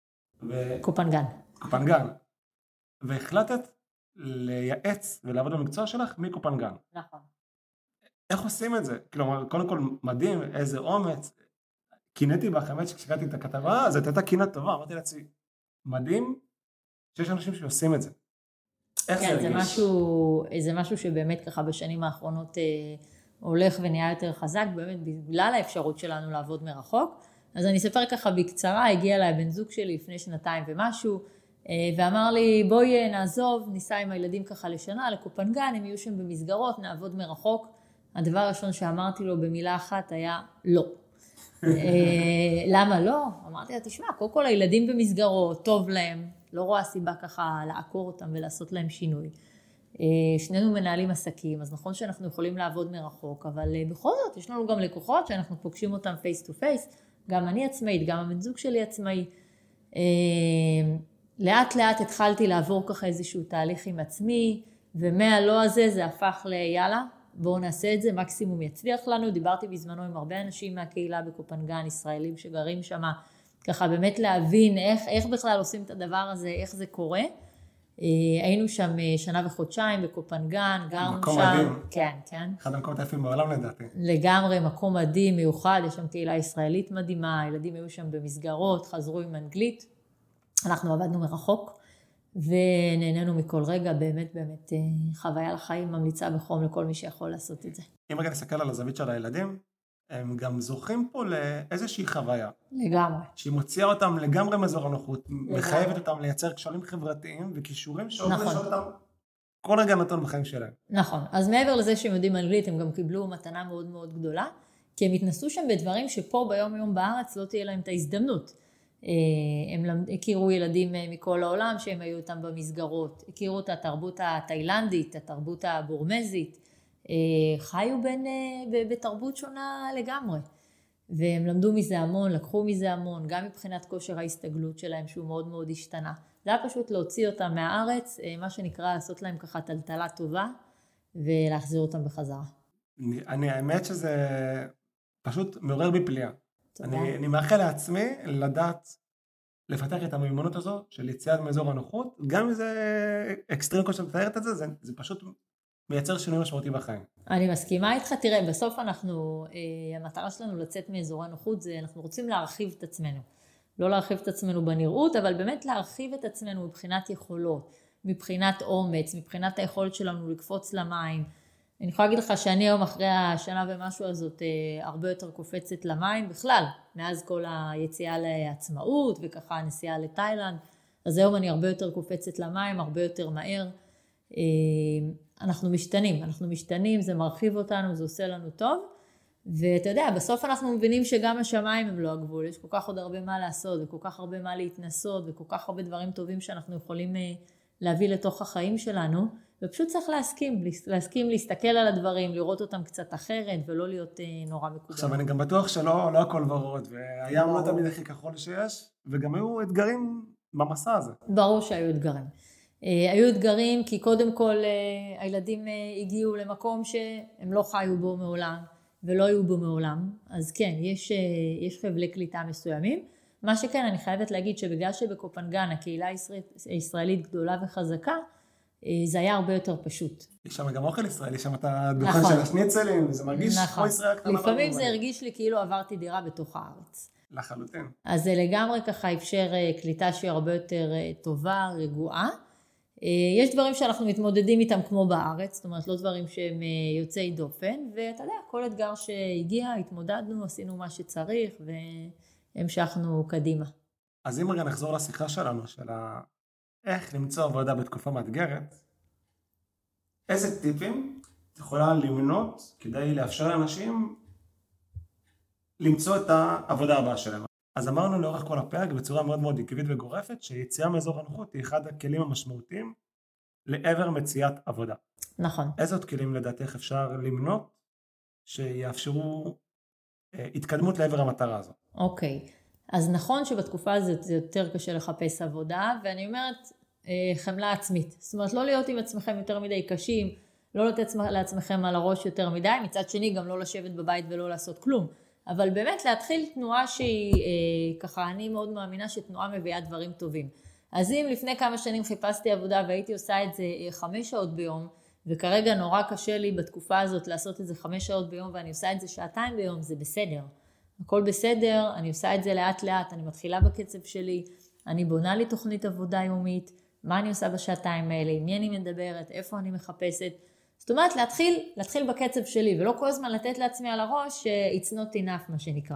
קופנגן. והחלטת לייעץ ולעבוד במקצוע שלך מקופנגן. נכון. איך עושים את זה? כלומר, קודם כל מדהים, איזה אומץ. קינאתי בך, האמת שכשקראתי את הכתבה, אז הייתה קינה טובה, אמרתי לעצמי, מדהים שיש אנשים שעושים את זה. איך כן, זה הרגיש? זה משהו שבאמת ככה בשנים האחרונות הולך ונהיה יותר חזק, באמת בגלל האפשרות שלנו לעבוד מרחוק. אז אני אספר ככה בקצרה, הגיע אליי בן זוג שלי לפני 2 ומשהו, ואמר לי בואי נעזוב, ניסע עם הילדים ככה לשנה לקופנגן, הם יהיו שם במסגרות, נעבוד מרחוק. הדבר הראשון שאמרתי לו במילה אחת היה לא. למה לא? אמרתי לה, תשמע, קודם כל הילדים במסגרות, טוב להם, לא רואה סיבה ככה לעקור אותם ולעשות להם שינוי. שנינו מנהלים עסקים, אז נכון שאנחנו יכולים לעבוד מרחוק, אבל בכל זאת יש לנו גם לקוחות שאנחנו פוגשים אותם פייס טו פייס, גם אני עצמאית, גם הבן זוג שלי עצמאי. לאט לאט התחלתי לעבור ככה איזשהו תהליך עם עצמי, ומהלא הזה זה הפך ליאללה, בואו נעשה את זה, מקסימום יצליח לנו. דיברתי בזמנו עם הרבה אנשים מהקהילה בקופנגן, ישראלים שגרים שם, ככה באמת להבין איך בכלל עושים את הדבר הזה, איך זה קורה. היינו שם 1.5 שנה בקופנגן, גרנו מקום שם. מדהים. כן, כן. אחד המקומות היפים בעולם לדעתי. לגמרי, מקום מדהים, מיוחד, יש שם קהילה ישראלית מדהימה, הילדים היו שם במסגרות, חזרו עם אנגלית. אנחנו עבדנו מרחוק, ונהנינו מכל רגע, באמת חוויה לחיים, ממליצה בחום לכל מי שיכול לעשות את זה. אם רגע נסתכל על הזווית של הילדים, הם גם זוכים פה לאיזושהי חוויה. לגמרי. שהיא מוציאה אותם לגמרי מאזור הנוחות, מחייבת אותם לייצר קשרים חברתיים וכישורים שעובדים אותם כל רגע נתון בחיים שלהם. נכון. אז מעבר לזה שהם יודעים אנגלית, הם גם קיבלו מתנה מאוד מאוד גדולה, כי הם התנסו שם בדברים שפה ביום יום בארץ לא תהיה להם את ההזדמנות. הם הכירו ילדים מכל העולם שהם היו איתם במסגרות, הכירו את התרבות התאילנדית, התרבות הבורמזית, חיו בתרבות שונה לגמרי. והם למדו מזה המון, לקחו מזה המון, גם מבחינת כושר ההסתגלות שלהם שהוא מאוד מאוד השתנה. זה היה פשוט להוציא אותם מהארץ, מה שנקרא לעשות להם ככה טלטלה טובה, ולהחזיר אותם בחזרה. האמת שזה פשוט מעורר בי פליאה. אני מאחל לעצמי לדעת לפתח את המיומנות הזו של יציאה מאזור הנוחות, גם אם זה אקסטרים כמו שאתה מתארת את זה, זה פשוט מייצר שינוי משמעותי בחיים. אני מסכימה איתך, תראה, בסוף המטרה שלנו לצאת מאזור הנוחות זה, אנחנו רוצים להרחיב את עצמנו. לא להרחיב את עצמנו בנראות, אבל באמת להרחיב את עצמנו מבחינת יכולות, מבחינת אומץ, מבחינת היכולת שלנו לקפוץ למים. אני יכולה להגיד לך שאני היום אחרי 1 שנה ומשהו הזאת הרבה יותר קופצת למים בכלל, מאז כל היציאה לעצמאות וככה הנסיעה לתאילנד, אז היום אני הרבה יותר קופצת למים, הרבה יותר מהר. אנחנו משתנים, זה מרחיב אותנו, זה עושה לנו טוב, ואתה יודע, בסוף אנחנו מבינים שגם השמיים הם לא הגבול, יש כל כך עוד הרבה מה לעשות, וכל כך הרבה מה להתנסות, וכל כך הרבה דברים טובים שאנחנו יכולים להביא לתוך החיים שלנו, ופשוט צריך להסכים להסתכל על הדברים, לראות אותם קצת אחרת, ולא להיות נורא מקודם. עכשיו, אני גם בטוח שלא הכל ורוד, והים לא תמיד הכי כחול שיש, וגם היו אתגרים במסע הזה. ברור שהיו אתגרים. היו אתגרים כי קודם כל הילדים הגיעו למקום שהם לא חיו בו מעולם, ולא היו בו מעולם. אז כן, יש חבלי קליטה מסוימים. מה שכן, אני חייבת להגיד שבגלל שבקופנגן הקהילה הישראלית גדולה וחזקה, זה היה הרבה יותר פשוט. יש שם גם אוכל ישראלי, יש שם את הדוכן של השניצלים, וזה מרגיש כמו ישראל קטנה. לפעמים זה הרגיש לי כאילו עברתי דירה בתוך הארץ. לחלוטין. אז זה לגמרי ככה אפשר קליטה שהיא הרבה יותר טובה, רגועה. יש דברים שאנחנו מתמודדים איתם כמו בארץ, זאת אומרת לא דברים שהם יוצאי דופן, ואתה יודע, כל אתגר שהגיע, התמודדנו, עשינו מה שצריך, והמשכנו קדימה. אז אם רגע נחזור לשיחה שלנו, של איך למצוא עבודה בתקופה מאתגרת, איזה טיפים את יכולה למנות כדי לאפשר לאנשים למצוא את העבודה הבאה שלהם? אז אמרנו לאורך כל הפרק בצורה מאוד מאוד עקבית וגורפת שיציאה מאזור הנוחות היא אחד הכלים המשמעותיים לעבר מציאת עבודה. נכון. איזה עוד כלים לדעתך אפשר למנות שיאפשרו התקדמות לעבר המטרה הזאת? אוקיי. אז נכון שבתקופה הזאת זה יותר קשה לחפש עבודה, ואני אומרת חמלה עצמית. זאת אומרת לא להיות עם עצמכם יותר מדי קשים, לא לתת לעצמכם על הראש יותר מדי, מצד שני גם לא לשבת בבית ולא לעשות כלום. אבל באמת להתחיל תנועה שהיא, ככה אני מאוד מאמינה שתנועה מביאה דברים טובים. אז אם לפני כמה שנים חיפשתי עבודה והייתי עושה את זה 5 שעות ביום, וכרגע נורא קשה לי בתקופה הזאת לעשות את זה 5 שעות ביום ואני עושה את זה 2 ביום, זה בסדר. הכל בסדר, אני עושה את זה לאט לאט, אני מתחילה בקצב שלי, אני בונה לי תוכנית עבודה יומית, מה אני עושה ב2 האלה, עם מי אני מדברת, איפה אני מחפשת. זאת אומרת, להתחיל בקצב שלי, ולא כל הזמן לתת לעצמי על הראש it's not enough, מה שנקרא.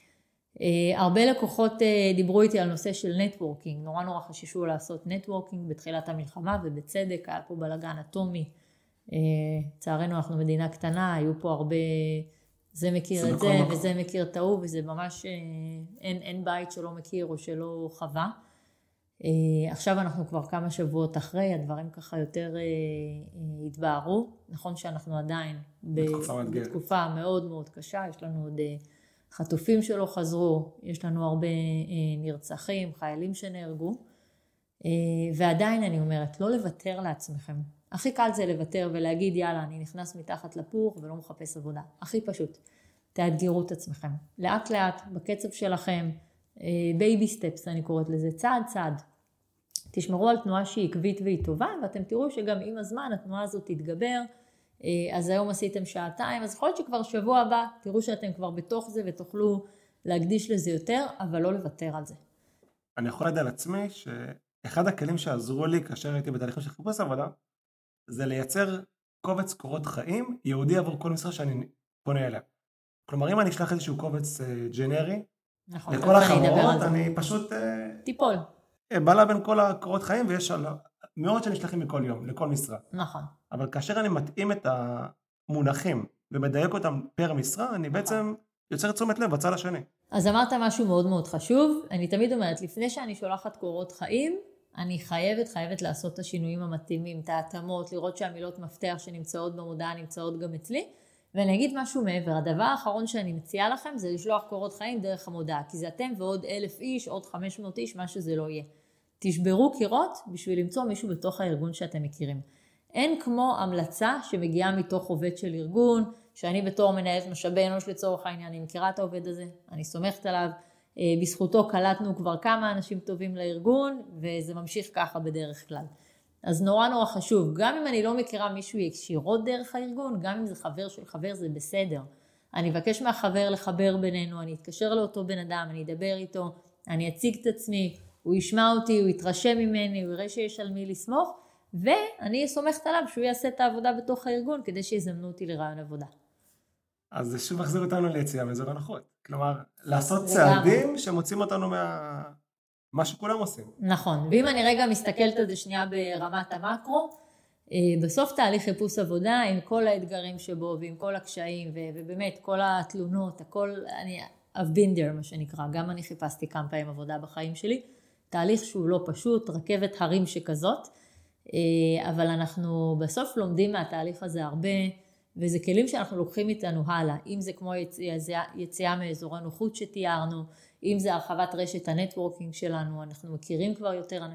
הרבה לקוחות דיברו איתי על נושא של נטוורקינג, נורא חששו לעשות נטוורקינג בתחילת המלחמה, ובצדק, היה פה בלגן אטומי. צערנו אנחנו מדינה קטנה, היו פה הרבה, זה מכיר את זה, וזה מכיר את ההוא, וזה ממש, אין בית שלא מכיר או שלא חווה. עכשיו אנחנו כבר כמה שבועות אחרי, הדברים ככה יותר התבהרו. נכון שאנחנו עדיין בתקופה מאוד מאוד קשה, יש לנו עוד חטופים שלא חזרו, יש לנו הרבה נרצחים, חיילים שנהרגו, ועדיין אני אומרת, לא לוותר לעצמכם. הכי קל זה לוותר ולהגיד יאללה, אני נכנס מתחת לפוך ולא מחפש עבודה. הכי פשוט, תאתגרו את עצמכם. לאט לאט, בקצב שלכם, בייבי סטפס אני קוראת לזה, צעד צעד. תשמרו על תנועה שהיא עקבית והיא טובה, ואתם תראו שגם עם הזמן התנועה הזאת תתגבר. אז היום עשיתם 2 אז יכול להיות שכבר שבוע הבא, תראו שאתם כבר בתוך זה ותוכלו להקדיש לזה יותר, אבל לא לוותר על זה. אני יכול לדעת על עצמי שאחד הכלים שעזרו לי כאשר הייתי בתהליכים של חיפוש עבודה, זה לייצר קובץ קורות חיים ייעודי עבור כל משרה שאני פונה אליה. כלומר, אם אני אשלח איזשהו קובץ ג'נרי, נכון, לכל החברות, אני פשוט טיפול. בא לה בין כל הקורות חיים, ויש מאות שנשלחים מכל יום, לכל משרה. נכון. אבל כאשר אני מתאים את המונחים ומדייק אותם פר משרה, אני בעצם יוצר תשומת לב בצד השני. אז אמרת משהו מאוד מאוד חשוב. אני תמיד אומרת, לפני שאני שולחת קורות חיים, אני חייבת לעשות את השינויים המתאימים, את ההתאמות, לראות שהמילות מפתח שנמצאות במודעה נמצאות גם אצלי. ואני אגיד משהו מעבר, הדבר האחרון שאני מציעה לכם זה לשלוח קורות חיים דרך המודעה, כי זה אתם ועוד 1,000 איש, עוד 500 איש, מה שזה לא יהיה. תשברו קירות בשביל למצוא מישהו בתוך הארגון שאתם מכירים. אין כמו המלצה שמגיעה מתוך עובד של ארגון, שאני בתור מנהלת משאבי אנוש לצורך העניין, אני מכירה את העובד הזה, אני סומכת עליו, בזכותו קלטנו כבר כמה אנשים טובים לארגון, וזה ממשיך ככה בדרך כלל. אז נורא חשוב, גם אם אני לא מכירה מישהו ישירות דרך הארגון, גם אם זה חבר של חבר זה בסדר. אני אבקש מהחבר לחבר בינינו, אני אתקשר לאותו בן אדם, אני אדבר איתו, אני אציג את עצמי, הוא ישמע אותי, הוא יתרשם ממני, הוא יראה שיש על מי לסמוך, ואני סומכת עליו שהוא יעשה את העבודה בתוך הארגון, כדי שיזמנו אותי לרעיון עבודה. אז זה שוב מחזיר אותנו ליציאה מאזור הנוחות. כלומר, לעשות צעדים שמוצאים אותנו מה שכולם עושים. נכון, ואם אני רגע מסתכלת על זה שנייה ברמת המקרו, בסוף תהליך חיפוש עבודה עם כל האתגרים שבו ועם כל הקשיים ובאמת כל התלונות, הכל, I've been there מה שנקרא, גם אני חיפשתי כמה פעמים עבודה בחיים שלי, תהליך שהוא לא פשוט, רכבת הרים שכזאת, אבל אנחנו בסוף לומדים מהתהליך הזה הרבה, וזה כלים שאנחנו לוקחים איתנו הלאה, אם זה כמו יציאה מאזור הנוחות שתיארנו, אם זה הרחבת רשת הנטוורקינג שלנו, אנחנו מכירים כבר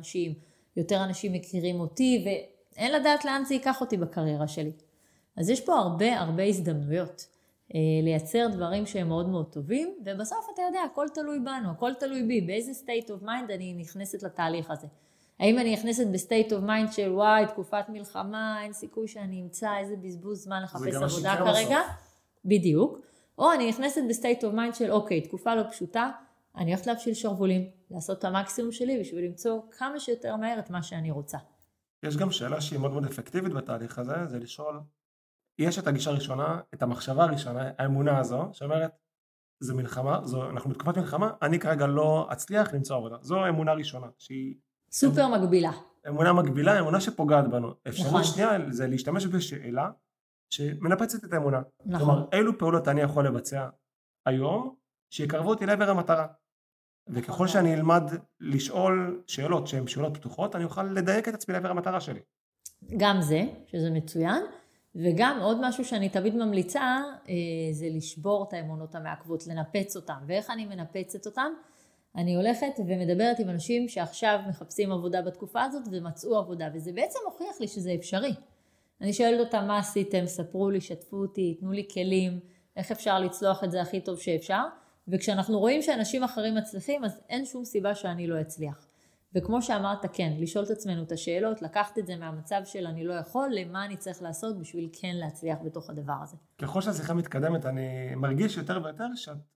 יותר אנשים מכירים אותי, ואין לדעת לאן זה ייקח אותי בקריירה שלי. אז יש פה הרבה הזדמנויות לייצר דברים שהם מאוד מאוד טובים, ובסוף אתה יודע, הכל תלוי בנו, הכל תלוי בי, באיזה state of mind אני נכנסת לתהליך הזה. האם אני נכנסת בסטייט אוף מיינד של וואי, תקופת מלחמה, אין סיכוי שאני אמצא איזה בזבוז זמן לחפש עבודה כרגע. בדיוק. או אני נכנסת בסטייט אוף מיינד של אוקיי, תקופה לא פשוטה, אני הולכת להפשיל שרוולים, לעשות את המקסימום שלי בשביל למצוא כמה שיותר מהר את מה שאני רוצה. יש גם שאלה שהיא מאוד מאוד אפקטיבית בתהליך הזה, זה לשאול, יש את הגישה הראשונה, את המחשבה הראשונה, האמונה הזו, שאומרת, זה מלחמה, אנחנו בתקופת מלחמה, אני כרגע לא אצליח למצוא עבודה. זו אמונה ראשונה, שהיא... סופר מגבילה. אמונה מגבילה, אמונה שפוגעת בנו. אפשרות שנייה זה להשתמש בשאלה שמנפצת את האמונה. כלומר, אילו פעולות אני יכול לבצע היום, שיקרבו אותי לעבר המטרה. וככל שאני אלמד לשאול שאלות שהן שאלות פתוחות, אני אוכל לדייק את עצמי לעבר המטרה שלי. גם זה, שזה מצוין, וגם עוד משהו שאני תמיד ממליצה, זה לשבור את האמונות המעכבות, לנפץ אותם. ואיך אני מנפצת אותם? אני הולכת ומדברת עם אנשים שעכשיו מחפשים עבודה בתקופה הזאת ומצאו עבודה, וזה בעצם מוכיח לי שזה אפשרי. אני שואלת אותם מה עשיתם, ספרו לי, שתפו אותי, תנו לי כלים, איך אפשר לצלוח את זה הכי טוב שאפשר, וכשאנחנו רואים שאנשים אחרים מצליחים, אז אין שום סיבה שאני לא אצליח. וכמו שאמרת, כן, לשאול את עצמנו את השאלות, לקחת את זה מהמצב של אני לא יכול, למה אני צריך לעשות בשביל כן להצליח בתוך הדבר הזה. ככל שהשיחה מתקדמת, אני מרגיש יותר ויותר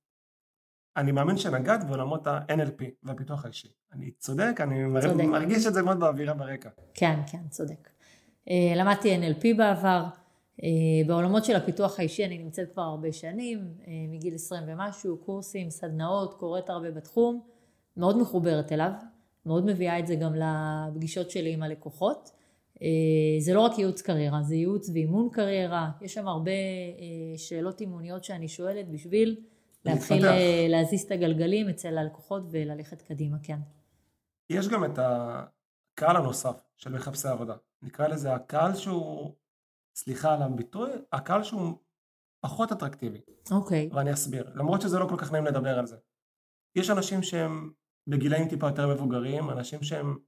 אני מאמין שנגעת בעולמות ה-NLP והפיתוח האישי. אני צודק, אני מרגיש את זה מאוד באווירה ברקע. כן, כן, צודק. למדתי NLP בעבר, בעולמות של הפיתוח האישי אני נמצאת כבר הרבה שנים, מגיל 20 ומשהו, קורסים, סדנאות, קוראת הרבה בתחום, מאוד מחוברת אליו, מאוד מביאה את זה גם לפגישות שלי עם הלקוחות. זה לא רק ייעוץ קריירה, זה ייעוץ ואימון קריירה, יש שם הרבה שאלות אימוניות שאני שואלת בשביל להתחיל להזיז את הגלגלים אצל הלקוחות וללכת קדימה, כן. יש גם את הקהל הנוסף של מחפשי העבודה. נקרא לזה הקהל שהוא, סליחה על הביטוי, הקהל שהוא פחות אטרקטיבי. אוקיי. ואני אסביר, למרות שזה לא כל כך נעים לדבר על זה. יש אנשים שהם בגילאים טיפה יותר מבוגרים, אנשים שהם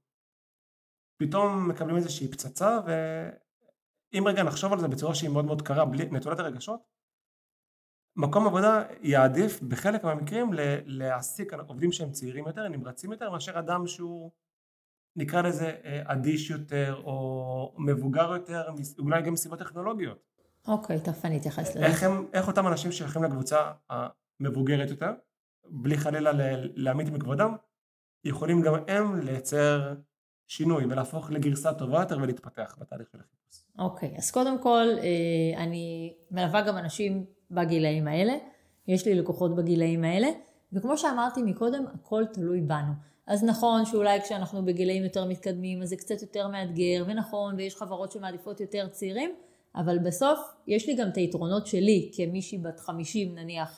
פתאום מקבלים איזושהי פצצה, ואם רגע נחשוב על זה בצורה שהיא מאוד מאוד קרה, נטולת הרגשות, מקום עבודה יעדיף בחלק מהמקרים להעסיק עובדים שהם צעירים יותר, נמרצים יותר, מאשר אדם שהוא נקרא לזה אדיש יותר או מבוגר יותר, אולי גם מסיבות טכנולוגיות. אוקיי, תכף אני אתייחס לזה. איך אותם אנשים שייכים לקבוצה המבוגרת יותר, בלי חלילה להעמיד מכבודם, יכולים גם הם לייצר שינוי ולהפוך לגרסה טובה יותר ולהתפתח בתהליך של החיפוש. אוקיי, אז קודם כל אני מלווה גם אנשים בגילאים האלה, יש לי לקוחות בגילאים האלה, וכמו שאמרתי מקודם, הכל תלוי בנו. אז נכון שאולי כשאנחנו בגילאים יותר מתקדמים, אז זה קצת יותר מאתגר, ונכון, ויש חברות שמעדיפות יותר צעירים, אבל בסוף יש לי גם את היתרונות שלי, כמישהי בת 50 נניח,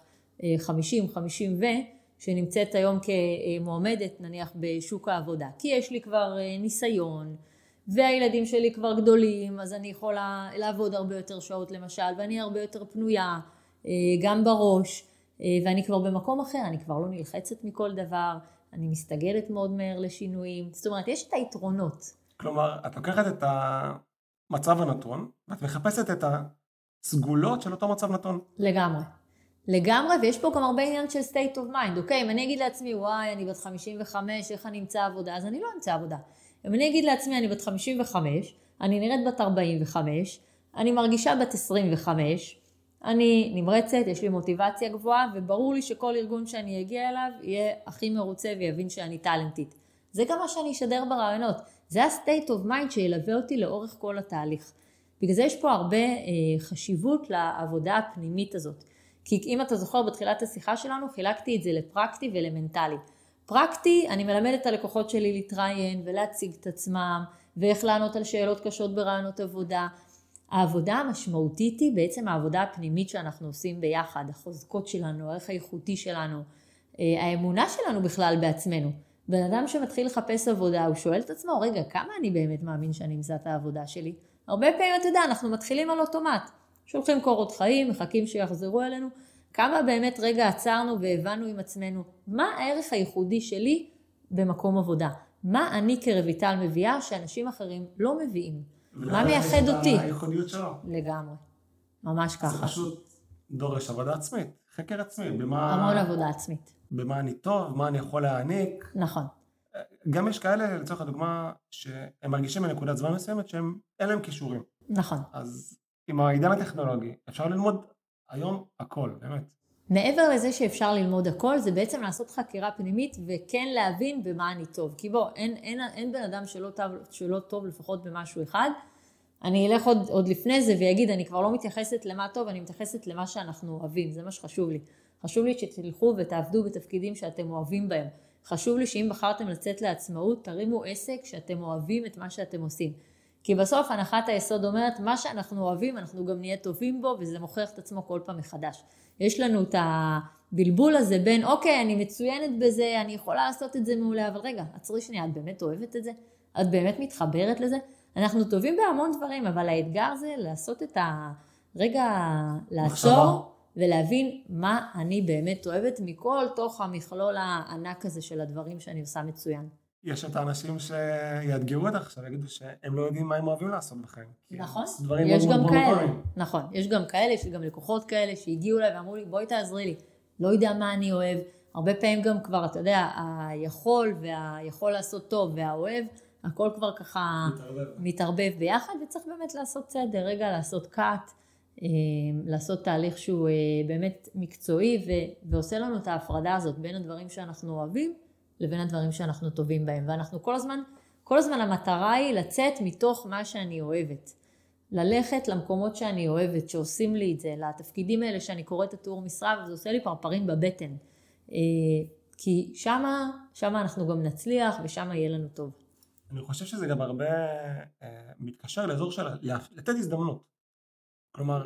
50 שנמצאת היום כמועמדת נניח בשוק העבודה, כי יש לי כבר ניסיון, והילדים שלי כבר גדולים, אז אני יכולה לעבוד הרבה יותר שעות למשל, ואני הרבה יותר פנויה, גם בראש, ואני כבר במקום אחר, אני כבר לא נלחצת מכל דבר, אני מסתגלת מאוד מהר לשינויים, זאת אומרת, יש את היתרונות. כלומר, את לוקחת את המצב הנתון, ואת מחפשת את הסגולות של אותו מצב נתון. לגמרי, ויש פה גם הרבה עניין של state of mind, אוקיי? אם אני אגיד לעצמי, וואי, אני בת 55, איך אני אמצא עבודה? אז אני לא אמצא עבודה. אם אני אגיד לעצמי, אני בת 55, אני נראית בת 45, אני מרגישה בת 25, אני נמרצת, יש לי מוטיבציה גבוהה, וברור לי שכל ארגון שאני אגיע אליו יהיה הכי מרוצה ויבין שאני טלנטית. זה גם מה שאני אשדר ברעיונות. זה ה-state of mind שילווה אותי לאורך כל התהליך. בגלל זה יש פה הרבה חשיבות לעבודה הפנימית הזאת. כי אם אתה זוכר בתחילת השיחה שלנו, חילקתי את זה לפרקטי ולמנטלי. פרקטי, אני מלמדת את הלקוחות שלי להתראיין ולהציג את עצמם, ואיך לענות על שאלות קשות ברעיונות עבודה. העבודה המשמעותית היא בעצם העבודה הפנימית שאנחנו עושים ביחד, החוזקות שלנו, הערך האיכותי שלנו, האמונה שלנו בכלל בעצמנו. בן אדם שמתחיל לחפש עבודה, הוא שואל את עצמו, רגע, כמה אני באמת מאמין שאני אמצא את העבודה שלי? הרבה פעמים אתה יודע, אנחנו מתחילים על אוטומט. שולחים קורות חיים, מחכים שיחזרו אלינו. כמה באמת רגע עצרנו והבנו עם עצמנו, מה הערך הייחודי שלי במקום עבודה? מה אני כרויטל מביאה שאנשים אחרים לא מביאים? מה מייחד אותי? הייחודיות שלו. לגמרי. ממש ככה. זה פשוט דורש עבודה עצמית, חקר עצמי. המון עבודה עצמית. במה אני טוב, מה אני יכול להעניק. נכון. גם יש כאלה, לצורך הדוגמה, שהם מרגישים בנקודת זמן מסוימת שהם אין להם כישורים. נכון. אז עם העידן הטכנולוגי אפשר ללמוד היום הכל, באמת. מעבר לזה שאפשר ללמוד הכל, זה בעצם לעשות חקירה פנימית וכן להבין במה אני טוב. כי בוא, אין בן אדם שלא טוב לפחות במשהו אחד. אני אלך עוד לפני זה ויגיד, אני כבר לא מתייחסת למה טוב, אני מתייחסת למה שאנחנו אוהבים. זה מה שחשוב לי. חשוב לי שתלכו ותעבדו בתפקידים שאתם אוהבים בהם. חשוב לי שאם בחרתם לצאת לעצמאות, תרימו עסק שאתם אוהבים את מה שאתם עושים. כי בסוף הנחת היסוד אומרת, מה שאנחנו אוהבים, אנחנו גם נהיה טובים בו, וזה מוכיח את עצמו כל פעם מחדש. יש לנו את הבלבול הזה בין, אוקיי, אני מצוינת בזה, אני יכולה לעשות את זה מעולה, אבל רגע, עצרי שנייה, את באמת אוהבת את זה? את באמת מתחברת לזה? אנחנו טובים בהמון דברים, אבל האתגר זה לעשות את הרגע, לעצור ולהבין מה אני באמת אוהבת מכל תוך המכלול הענק הזה של הדברים שאני עושה מצוין. יש את האנשים שיאתגרו אותך עכשיו, יגידו שהם לא יודעים מה הם אוהבים לעשות בחיים. נכון, יש גם כאלה. נכון, יש גם כאלה, יש גם לקוחות כאלה שהגיעו אליי ואמרו לי, בואי תעזרי לי, לא יודע מה אני אוהב. הרבה פעמים גם כבר, אתה יודע, היכול לעשות טוב והאוהב, הכל כבר ככה מתערבב ביחד, וצריך באמת לעשות סדר, רגע לעשות קאט, לעשות תהליך שהוא באמת מקצועי, ועושה לנו את ההפרדה הזאת בין הדברים שאנחנו אוהבים, לבין הדברים שאנחנו טובים בהם. ואנחנו כל הזמן המטרה היא לצאת מתוך מה שאני אוהבת. ללכת למקומות שאני אוהבת, שעושים לי את זה, לתפקידים האלה שאני קוראת את התיאור משרה, וזה עושה לי פרפרים בבטן. כי שמה אנחנו גם נצליח, ושמה יהיה לנו טוב. אני חושב שזה גם הרבה מתקשר לאזור של לתת הזדמנות. כלומר,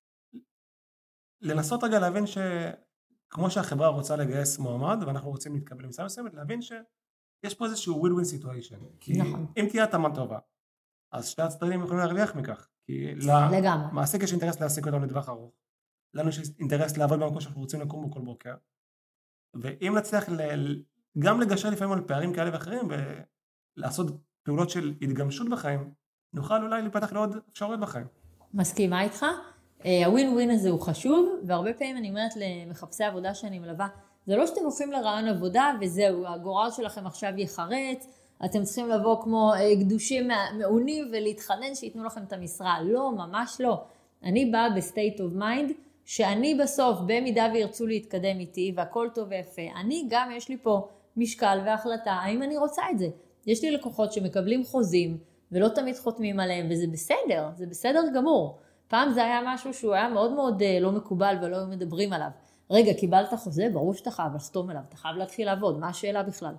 לנסות רגע להבין כמו שהחברה רוצה לגייס מועמד, ואנחנו רוצים להתקבל למשרה מסוימת, להבין שיש פה איזשהו win-win situation. כי אם תהיה התאמה טובה, אז שתי הצדדים יכולים להרוויח מכך. כי למעסיק יש אינטרס להעסיק אותם לטווח ארוך. לנו יש אינטרס לעבוד במקום שאנחנו רוצים לקום בו כל בוקר. ואם נצליח גם לגשר לפעמים על פערים כאלה ואחרים, ולעשות פעולות של התגמשות בחיים, נוכל אולי להיפתח לעוד אפשרויות בחיים. מסכימה איתך? הווין-ווין הזה הוא חשוב, והרבה פעמים אני אומרת למחפשי עבודה שאני מלווה, זה לא שאתם הולכים לרעיון עבודה וזהו, הגורל שלכם עכשיו יחרץ, אתם צריכים לבוא כמו קדושים מעונים ולהתחנן שיתנו לכם את המשרה. לא, ממש לא. אני באה בסטייט אוף מיינד, שאני בסוף, במידה וירצו להתקדם איתי, והכל טוב ויפה, אני גם יש לי פה משקל והחלטה, האם אני רוצה את זה. יש לי לקוחות שמקבלים חוזים, ולא תמיד חותמים עליהם, וזה בסדר, זה בסדר גמור. פעם זה היה משהו שהוא היה מאוד מאוד לא מקובל, ולא היו מדברים עליו. רגע, קיבלת חוזה, ברור שאתה חייב לחתום עליו, אתה חייב להתחיל לעבוד, מה השאלה בכלל?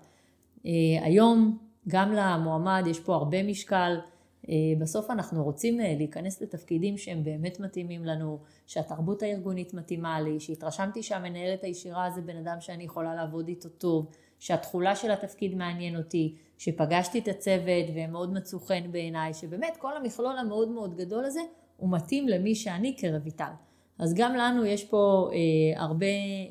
היום, גם למועמד יש פה הרבה משקל, בסוף אנחנו רוצים להיכנס לתפקידים שהם באמת מתאימים לנו, שהתרבות הארגונית מתאימה לי, שהתרשמתי שהמנהלת הישירה זה בן אדם שאני יכולה לעבוד איתו טוב, שהתחולה של התפקיד מעניין אותי, שפגשתי את הצוות והם מאוד מצאו חן בעיניי, שבאמת כל המכלול המאוד מאוד גדול הזה, הוא מתאים למי שאני כרויטל. אז גם לנו יש פה הרבה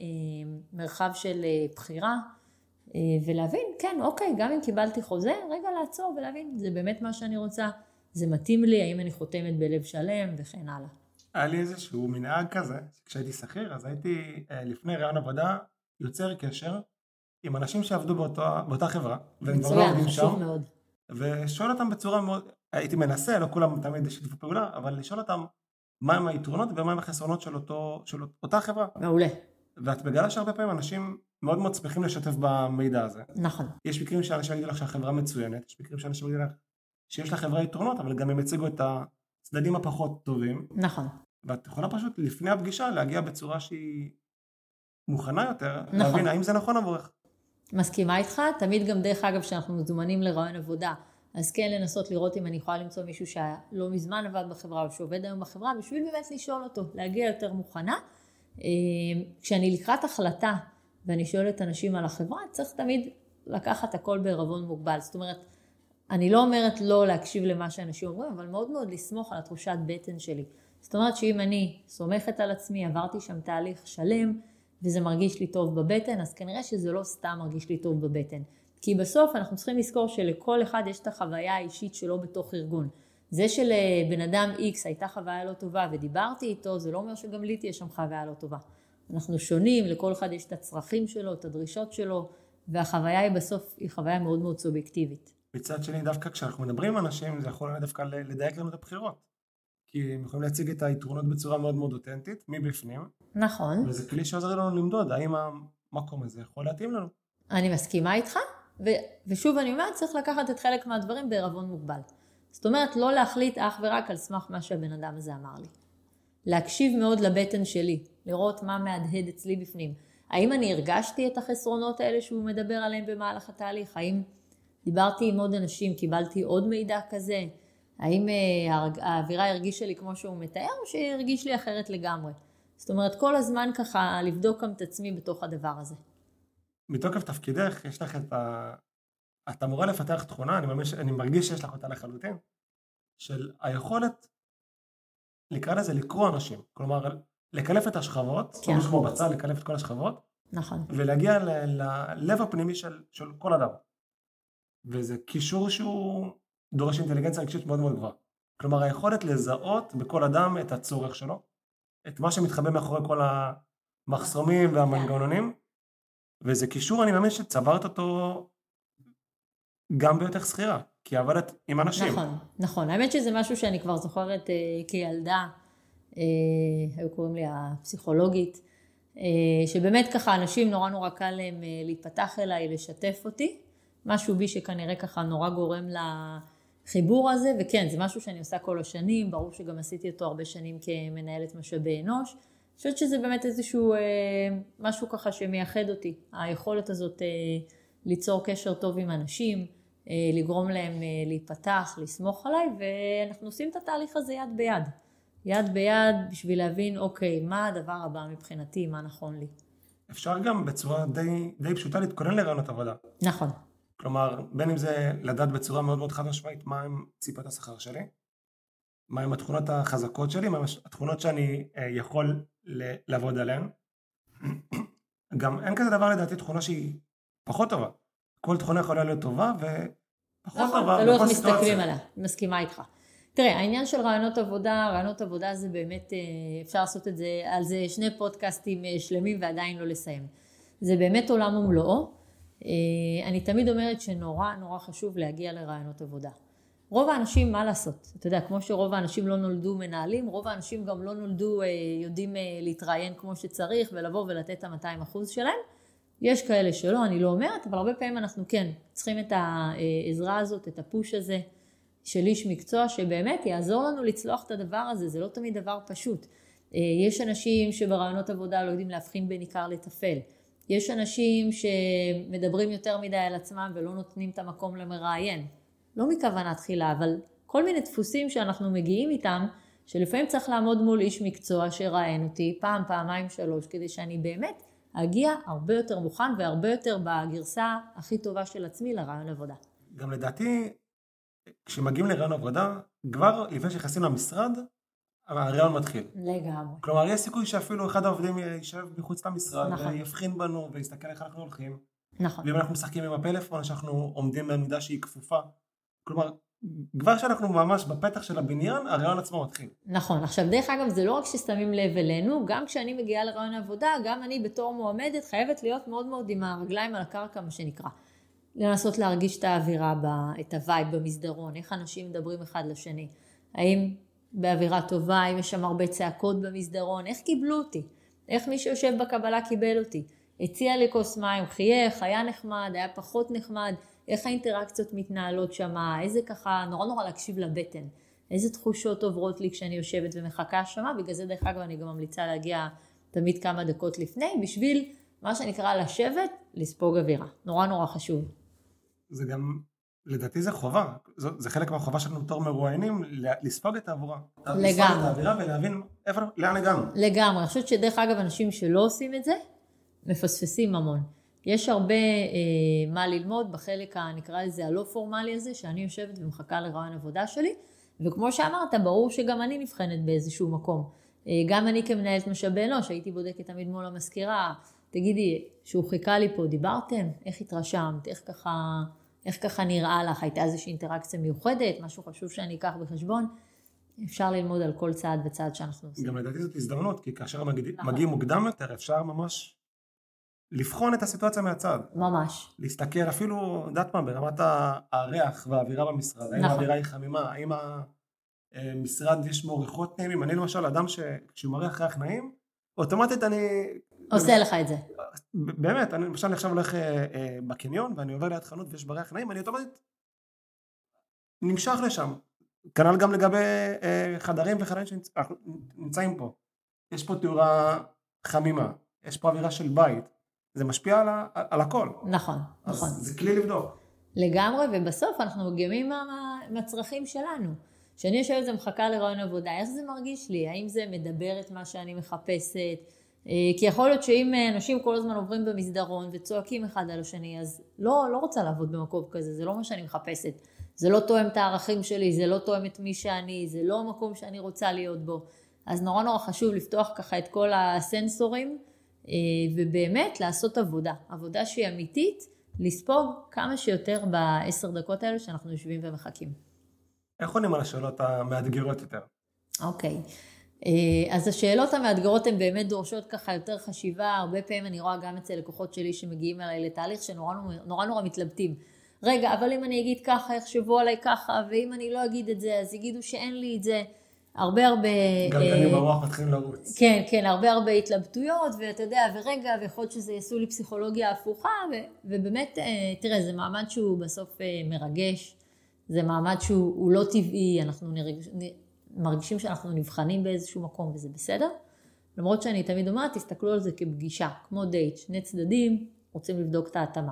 מרחב של בחירה, ולהבין, כן, אוקיי, גם אם קיבלתי חוזה, רגע לעצור ולהבין, זה באמת מה שאני רוצה, זה מתאים לי, האם אני חותמת בלב שלם וכן הלאה. היה לי איזשהו מנהג כזה, כשהייתי שכיר, אז הייתי לפני רעיון עבודה יוצר קשר עם אנשים שעבדו באותה חברה, והם כבר לא עובדים שם, ושואל אותם בצורה מאוד, הייתי מנסה, לא כולם תמיד שיתפו פעולה, אבל לשאול אותם מהם היתרונות ומהם החסרונות של אותה חברה. מעולה. ואת מגלה שהרבה פעמים אנשים מאוד מאוד שמחים לשתף במידע הזה. נכון. יש מקרים שאנשים יגידו לך שהחברה מצוינת, יש מקרים שאנשים יגידו לך שיש לחברה יתרונות, אבל גם הם הציגו את הצדדים הפחות טובים. נכון. ואת יכולה פשוט לפני הפגישה להגיע בצורה שהיא מוכנה יותר, נכון. להבין האם זה נכון עבורך. מסכימה איתך, תמיד גם דרך אגב שאנחנו מזומנים לרעיון עבודה, אז כן לנסות לראות אם אני יכולה למצוא מישהו שלא מזמן עבד בחברה או שעובד היום בחברה, בשביל באמת לשאול אותו, להגיע יותר מוכנה. כשאני לקראת החלטה ואני שואלת אנשים על החברה, צריך תמיד לקחת הכל בערבון מוגבל. זאת אומרת, אני לא אומרת לא להקשיב למה שאנשים אומרים, אבל מאוד מאוד לסמוך על התחושת בטן שלי. זאת אומרת שאם אני סומכת על עצמי, עברתי שם תהליך שלם, וזה מרגיש לי טוב בבטן, אז כנראה שזה לא סתם מרגיש לי טוב בבטן. כי בסוף אנחנו צריכים לזכור שלכל אחד יש את החוויה האישית שלו בתוך ארגון. זה שלבן אדם X הייתה חוויה לא טובה ודיברתי איתו, זה לא אומר שגם לי תהיה שם חוויה לא טובה. אנחנו שונים, לכל אחד יש את הצרכים שלו, את הדרישות שלו, והחוויה היא בסוף, היא חוויה מאוד מאוד סובייקטיבית. מצד שני, דווקא כשאנחנו מדברים עם אנשים, זה יכול דווקא לדייק לנו את הבחירות. כי הם יכולים להציג את היתרונות בצורה מאוד מאוד אותנטית, מבפנים. נכון. וזה כלי שעוזר לנו למדוד, האם המקום הזה יכול להתאים לנו. אני מסכימה איתך, ושוב אני אומרת, צריך לקחת את חלק מהדברים בערבון מוגבל. זאת אומרת, לא להחליט אך ורק על סמך מה שהבן אדם הזה אמר לי. להקשיב מאוד לבטן שלי, לראות מה מהדהד אצלי בפנים. האם אני הרגשתי את החסרונות האלה שהוא מדבר עליהם במהלך התהליך? האם דיברתי עם עוד אנשים, קיבלתי עוד מידע כזה? האם האווירה הרגישה לי כמו שהוא מתאר, או שהרגיש לי אחרת לגמרי? זאת אומרת, כל הזמן ככה לבדוק גם את עצמי בתוך הדבר הזה. מתוקף תפקידך, יש לך את אמורה לפתח תכונה, אני מרגיש שיש לך אותה לחלוטין, של היכולת, לקרוא לזה, לקרוא אנשים. כלומר, לקלף את השכבות, כן. כמו בצל, לקלף את כל השכבות, נכון. ולהגיע ללב הפנימי של כל אדם. וזה קישור שהוא דורש אינטליגנציה רגשית מאוד מאוד גבוהה. כלומר, היכולת לזהות בכל אדם את הצורך שלו, את מה שמתחבא מאחורי כל המחסומים והמנגנונים, וזה קישור, אני מאמין שצברת אותו גם בהיותך שכירה, כי עבדת עם אנשים. נכון, נכון. האמת שזה משהו שאני כבר זוכרת כילדה, היו קוראים לי הפסיכולוגית, שבאמת ככה אנשים נורא קל להם להתפתח אליי, לשתף אותי, משהו בי שכנראה ככה נורא גורם לחיבור הזה, וכן, זה משהו שאני עושה כל השנים, ברור שגם עשיתי אותו הרבה שנים כמנהלת משאבי אנוש, אני חושבת שזה באמת איזשהו משהו ככה שמייחד אותי, היכולת הזאת ליצור קשר טוב עם אנשים, לגרום להם להיפתח, לסמוך עליי, ואנחנו עושים את התהליך הזה יד ביד. יד ביד בשביל להבין, אוקיי, מה הדבר הבא מבחינתי, מה נכון לי. אפשר גם בצורה די פשוטה להתכונן לרעיונות עבודה. נכון. כלומר, בין אם זה לדעת בצורה מאוד מאוד חד משמעית, מה הם ציפות השכר שלי, מה הם התכונות החזקות שלי, מה הם התכונות שאני יכול לעבוד עליהן. גם אין כזה דבר לדעתי תכונה שהיא פחות טובה. כל תכונה יכולה להיות טובה ופחות טובה. תלוי איך מסתכלים עליה, מסכימה איתך. תראה, העניין של רעיונות עבודה זה באמת, אפשר לעשות את זה, על זה 2 פודקאסטים שלמים ועדיין לא לסיים. זה באמת עולם ומלואו. אני תמיד אומרת שנורא חשוב להגיע לרעיונות עבודה. רוב האנשים, מה לעשות? אתה יודע, כמו שרוב האנשים לא נולדו מנהלים, רוב האנשים גם לא נולדו יודעים להתראיין כמו שצריך ולבוא ולתת את ה-200% שלהם. יש כאלה שלא, אני לא אומרת, אבל הרבה פעמים אנחנו כן צריכים את העזרה הזאת, את הפוש הזה של איש מקצוע, שבאמת יעזור לנו לצלוח את הדבר הזה, זה לא תמיד דבר פשוט. יש אנשים שברעיונות עבודה לא יודעים להבחין בין עיקר לטפל. יש אנשים שמדברים יותר מדי על עצמם ולא נותנים את המקום למראיין. לא מכוונה תחילה, אבל כל מיני דפוסים שאנחנו מגיעים איתם, שלפעמים צריך לעמוד מול איש מקצוע שראיין אותי פעם, פעמיים, 3, כדי שאני באמת אגיע הרבה יותר מוכן והרבה יותר בגרסה הכי טובה של עצמי לרעיון עבודה. גם לדעתי, כשמגיעים לרעיון עבודה, כבר לפני שנכנסים למשרד, הרעיון מתחיל. לגמרי. כלומר, יש סיכוי שאפילו אחד העובדים יישב מחוץ למשרד, נכון. ויבחין בנו ויסתכל איך אנחנו הולכים. נכון. ואם אנחנו משחקים עם הפלאפון, שאנחנו עומדים בעמידה שהיא כפופה. כלומר, כבר שאנחנו ממש בפתח של הבניין, הרעיון עצמו מתחיל. נכון. עכשיו, דרך אגב, זה לא רק ששמים לב אלינו, גם כשאני מגיעה לרעיון עבודה, גם אני בתור מועמדת חייבת להיות מאוד מאוד עם הרגליים על הקרקע, מה שנקרא. לנסות להרגיש את האווירה, את הווייב במסדרון, איך אנשים מדברים אחד לשני. האם באווירה טובה, האם יש שם הרבה צעקות במסדרון, איך קיבלו אותי? איך מי שיושב בקבלה קיבל אותי? הציע לי כוס מים, חייך, היה נחמד, היה פחות נחמד, איך האינטראקציות מתנהלות שם, איזה ככה, נורא להקשיב לבטן, איזה תחושות עוברות לי כשאני יושבת ומחכה שם, בגלל זה דרך אגב אני גם ממליצה להגיע תמיד כמה דקות לפני, בשביל מה שנקרא לשבת, לספוג אווירה. נורא חשוב. זה גם, לדעתי זה חובה, זה חלק מהחובה שלנו בתור מרואיינים, לספוג את האווירה. לגמרי. לספוג את האווירה ולהבין לאן הגענו. לגמרי, אני חושבת שדרך אגב אנשים שלא עושים את זה, מפספסים המון. יש הרבה מה ללמוד בחלק נקרא לזה הלא פורמלי הזה, שאני יושבת ומחכה לרעיון עבודה שלי, וכמו שאמרת, ברור שגם אני נבחנת באיזשהו מקום. גם אני כמנהלת משאבי אנוש, הייתי בודקת תמיד מול המזכירה, תגידי, שהוא חיכה לי פה, דיברתם? איך התרשמת? איך ככה נראה לך? הייתה איזושהי אינטראקציה מיוחדת? משהו חשוב שאני אקח בחשבון? אפשר ללמוד על כל צעד וצעד שאנחנו עושים. גם לדעתי זאת הזדמנות, כי כאשר מגיעים מוקדם יותר, אפשר ממש לבחון את הסיטואציה מהצד. ממש. להסתכל אפילו, יודעת מה, ברמת הריח והאווירה במשרד. האם האווירה היא חמימה, האם המשרד יש בו ריחות נעימים. אני למשל אדם שכשהוא מריח ריח נעים, אוטומטית אני... עושה לך את זה. באמת, אני למשל עכשיו הולך בקניון, ואני עובר ליד חנות ויש בריח נעים, אני אוטומטית נמשך לשם. כנ"ל גם לגבי חדרים וחדרים שנמצאים פה. יש פה תאורה חמימה, יש פה אווירה של בית, זה משפיע על הכל. נכון, אז נכון. זה כלי לבדוק. לגמרי, ובסוף אנחנו מגיעים מהצרכים שלנו. כשאני יושבת ומחכה לרעיון עבודה, איך זה מרגיש לי? האם זה מדבר את מה שאני מחפשת? כי יכול להיות שאם אנשים כל הזמן עוברים במסדרון וצועקים אחד על השני, אז לא רוצה לעבוד במקום כזה, זה לא מה שאני מחפשת. זה לא תואם את הערכים שלי, זה לא תואם את מי שאני, זה לא המקום שאני רוצה להיות בו. אז נורא חשוב לפתוח ככה את כל הסנסורים, ובאמת לעשות עבודה שהיא אמיתית, לספוג כמה שיותר ב10 דקות האלה שאנחנו יושבים ומחכים. איך עונים על השאלות המאתגרות יותר? אוקיי. אז השאלות המאתגרות הן באמת דורשות ככה יותר חשיבה, הרבה פעמים אני רואה גם אצל לקוחות שלי שמגיעים אליי לתהליך שנורא מתלבטים. רגע, אבל אם אני אגיד ככה, יחשבו עליי ככה, ואם אני לא אגיד את זה, אז יגידו שאין לי את זה. הרבה... גלגלים ברוח מתחילים לרוץ. כן, הרבה התלבטויות, ואתה יודע, ורגע, ויכול להיות שזה יעשו לי פסיכולוגיה הפוכה, ובאמת, תראה, זה מעמד שהוא בסוף מרגש, זה מעמד שהוא לא טבעי, אנחנו מרגישים שאנחנו נבחנים באיזשהו מקום, וזה בסדר. למרות שאני תמיד אומרת, תסתכלו על זה כפגישה, כמו דייט, שני צדדים רוצים לבדוק את ההתאמה.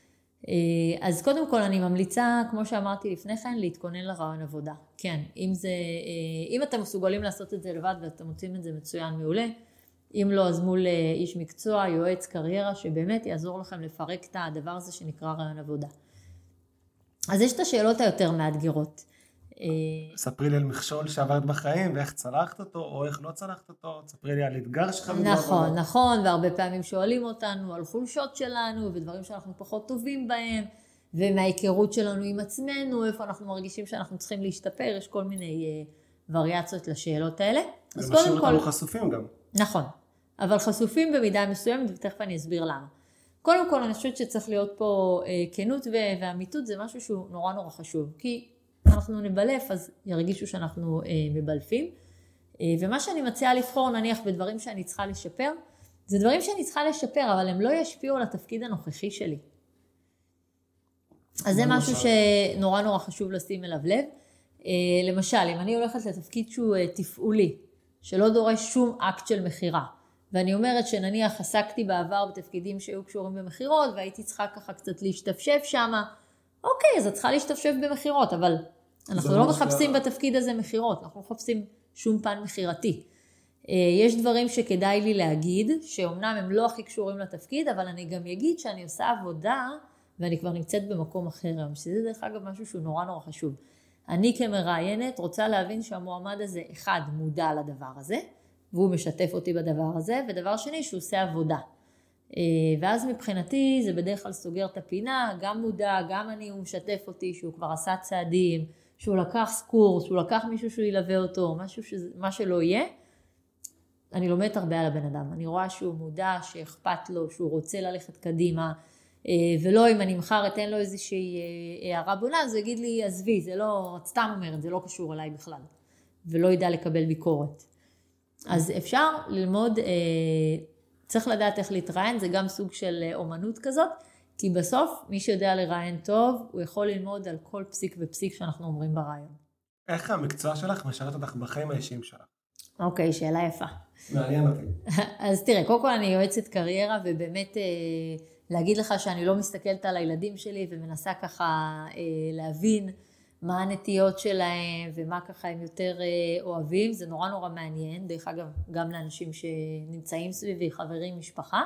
אז קודם כל אני ממליצה, כמו שאמרתי לפני כן, להתכונן לרעיון עבודה. כן, אם אתם מסוגלים לעשות את זה לבד ואתם מוצאים את זה מצוין מעולה, אם לא, אז מול איש מקצוע, יועץ קריירה, שבאמת יעזור לכם לפרק את הדבר הזה שנקרא רעיון עבודה. אז יש את השאלות היותר מאתגרות. ספרי לי על מכשול שעברת בחיים ואיך צלחת אותו או איך לא צלחת אותו, ספרי לי על אתגר שלך. נכון, והרבה פעמים שואלים אותנו על חולשות שלנו ודברים שאנחנו פחות טובים בהם, ומההיכרות שלנו עם עצמנו, איפה אנחנו מרגישים שאנחנו צריכים להשתפר, יש כל מיני וריאציות לשאלות האלה. זה משאיר אותנו חשופים גם. נכון, אבל חשופים במידה מסוימת, ותכף אני אסביר למה. קודם כל אני חושבת שצריך להיות פה כנות ואמיתות, זה משהו שהוא נורא חשוב, כי אנחנו נבלף, אז ירגישו שאנחנו מבלפים. ומה שאני מציעה לבחור, נניח בדברים שאני צריכה לשפר, זה דברים שאני צריכה לשפר, אבל הם לא ישפיעו על התפקיד הנוכחי שלי. אז זה משהו שנורא חשוב לשים אליו לב. למשל, אם אני הולכת לתפקיד שהוא תפעולי, שלא דורש שום אקט של מחירה, ואני אומרת שנניח עסקתי בעבר בתפקידים שהיו קשורים במחירות, והייתי צריכה ככה קצת להשתפשף שם, אוקיי, אז את צריכה להשתפשף במחירות, אבל אנחנו לא מחפשים בתפקיד הזה מחירות, אנחנו מחפשים שום פן מחירתי. יש דברים שכדאי לי להגיד, שאומנם הם לא הכי קשורים לתפקיד, אבל אני גם אגיד שאני עושה עבודה, ואני כבר נמצאת במקום אחר, שזה דרך אגב משהו שהוא נורא חשוב. אני כמראיינת רוצה להבין שהמועמד הזה, אחד, מודע לדבר הזה, והוא משתף אותי בדבר הזה, ודבר שני, שהוא עושה עבודה. ואז מבחינתי זה בדרך כלל סוגר את הפינה, גם מודע, גם הוא משתף אותי, שהוא כבר עשה צעדים, שהוא לקח קורס, שהוא לקח מישהו שהוא ילווה אותו, מה שלא יהיה. אני לומדת הרבה על הבן אדם, אני רואה שהוא מודע, שאכפת לו, שהוא רוצה ללכת קדימה, ולא אם אני מחר אתן לו איזושהי הערה בונה, אז הוא יגיד לי, עזבי, זה לא, את סתם אומרת, זה לא קשור אליי בכלל, ולא ידע לקבל ביקורת. אז אפשר ללמוד, צריך לדעת איך להתראיין, זה גם סוג של אומנות כזאת, כי בסוף מי שיודע לראיין טוב, הוא יכול ללמוד על כל פסיק ופסיק שאנחנו אומרים ברעיון. איך המקצוע שלך משרת אותך בחיים האישיים שלך? אוקיי, שאלה יפה. מעניין אותי. אז תראה, קודם כל אני יועצת קריירה, ובאמת להגיד לך שאני לא מסתכלת על הילדים שלי, ומנסה ככה להבין מה הנטיות שלהם, ומה ככה הם יותר אוהבים, זה נורא מעניין, דרך אגב, גם לאנשים שנמצאים סביבי, חברים, משפחה,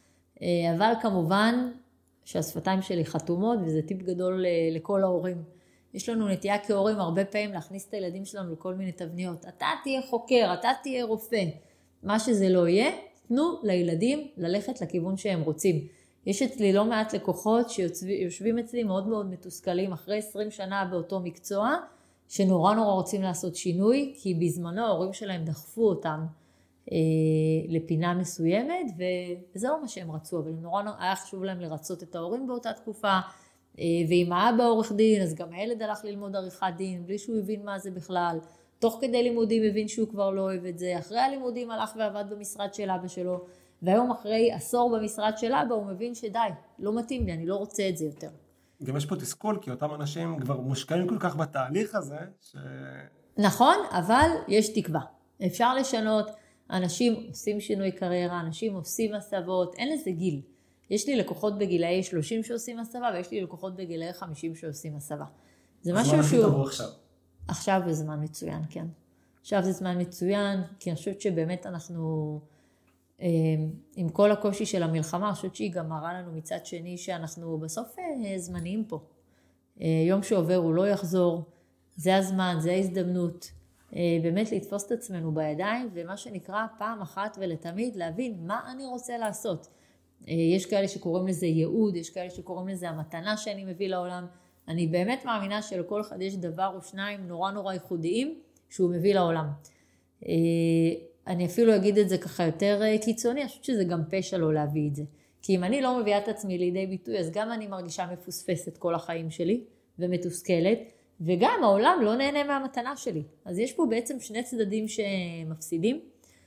אבל כמובן שהשפתיים שלי חתומות, וזה טיפ גדול לכל ההורים. יש לנו נטייה כהורים הרבה פעמים להכניס את הילדים שלנו לכל מיני תבניות. אתה תהיה חוקר, אתה תהיה רופא. מה שזה לא יהיה, תנו לילדים ללכת לכיוון שהם רוצים. יש אצלי לא מעט לקוחות שיושבים אצלי מאוד מתוסכלים אחרי 20 שנה באותו מקצוע, שנורא רוצים לעשות שינוי, כי בזמנו ההורים שלהם דחפו אותם לפינה מסוימת, וזה לא מה שהם רצו, אבל נורא היה חשוב להם לרצות את ההורים באותה תקופה, ואם האבא עורך דין, אז גם הילד הלך ללמוד עריכת דין, בלי שהוא הבין מה זה בכלל, תוך כדי לימודים הבין שהוא כבר לא אוהב את זה, אחרי הלימודים הלך ועבד במשרד של אבא שלו, והיום אחרי עשור במשרד של אבא, הוא מבין שדי, לא מתאים לי, אני לא רוצה את זה יותר. גם יש פה תסכול, כי אותם אנשים כבר מושקעים כל כך בתהליך הזה, נכון, אבל יש תקווה. אפשר לשנות, אנשים עושים שינוי קריירה, אנשים עושים הסבות, אין לזה גיל. יש לי לקוחות בגילאי 30 שעושים הסבה, ויש לי לקוחות בגילאי 50 שעושים הסבה. זה משהו שהוא... עכשיו זה זמן מצוין, כן. עכשיו זה זמן מצוין, כי אני חושבת שבאמת אנחנו, עם כל הקושי של המלחמה, אני חושבת שהיא גם מראה לנו מצד שני, שאנחנו בסוף זמניים פה. יום שעובר הוא לא יחזור, זה הזמן, זה ההזדמנות. באמת לתפוס את עצמנו בידיים, ומה שנקרא פעם אחת ולתמיד להבין מה אני רוצה לעשות. יש כאלה שקוראים לזה ייעוד, יש כאלה שקוראים לזה המתנה שאני מביא לעולם. אני באמת מאמינה שלכל אחד יש דבר או שניים נורא נורא ייחודיים שהוא מביא לעולם. אני אפילו אגיד את זה ככה יותר קיצוני, אני חושבת שזה גם פשע לא להביא את זה. כי אם אני לא מביאה את עצמי לידי ביטוי, אז גם אני מרגישה מפוספסת כל החיים שלי ומתוסכלת, וגם העולם לא נהנה מהמתנה שלי. אז יש פה בעצם שני צדדים שמפסידים.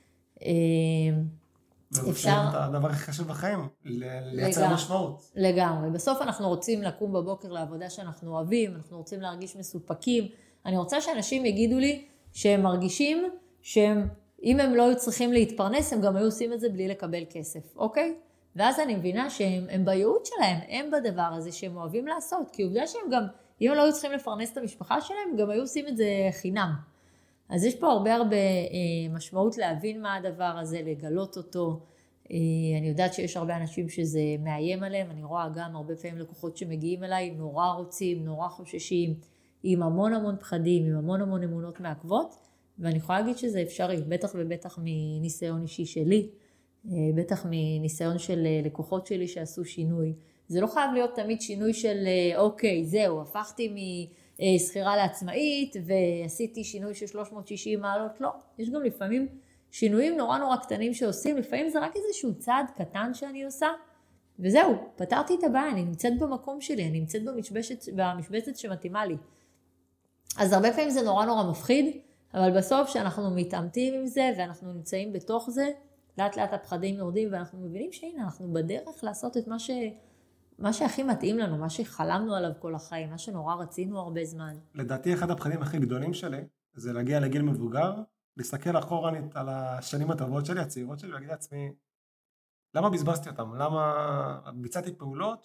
אפשר... זה הדבר הכי חשוב בחיים, לייצר משמעות. לגמרי. בסוף אנחנו רוצים לקום בבוקר לעבודה שאנחנו אוהבים, אנחנו רוצים להרגיש מסופקים. אני רוצה שאנשים יגידו לי שהם מרגישים שהם, אם הם לא צריכים להתפרנס, הם גם היו עושים את זה בלי לקבל כסף, אוקיי? ואז אני מבינה שהם בייעוד שלהם, הם בדבר הזה שהם אוהבים לעשות, כי עובדה שהם גם, אם הם לא היו צריכים לפרנס את המשפחה שלהם, גם היו עושים את זה חינם. אז יש פה הרבה משמעות להבין מה הדבר הזה, לגלות אותו. אני יודעת שיש הרבה אנשים שזה מאיים עליהם, אני רואה גם הרבה פעמים לקוחות שמגיעים אליי, נורא רוצים, נורא חוששים, עם המון המון פחדים, עם המון המון אמונות מעכבות, ואני יכולה להגיד שזה אפשרי, בטח ובטח מניסיון אישי שלי, בטח מניסיון של לקוחות שלי שעשו שינוי. זה לא חייב להיות תמיד שינוי של אוקיי, זהו, הפכתי מסחירה לעצמאית ועשיתי שינוי של 360 מעלות, לא. יש גם לפעמים שינויים נורא נורא קטנים שעושים, לפעמים זה רק איזשהו צעד קטן שאני עושה, וזהו, פתרתי את הבעיה, אני נמצאת במקום שלי, אני נמצאת במשבצת שמתאימה לי. אז הרבה פעמים זה נורא נורא מפחיד, אבל בסוף שאנחנו מתאמתים עם זה ואנחנו נמצאים בתוך זה, לאט לאט הפחדים יורדים ואנחנו מבינים שהנה, אנחנו בדרך לעשות את מה שהכי מתאים לנו, מה שחלמנו עליו כל החיים, מה שנורא רצינו הרבה זמן. לדעתי אחד הפחדים הכי גדולים שלי, זה להגיע לגיל מבוגר, להסתכל אחורנית על השנים הטובות שלי, הצעירות שלי, ולהגיד לעצמי, למה בזבזתי אותם? למה ביצעתי פעולות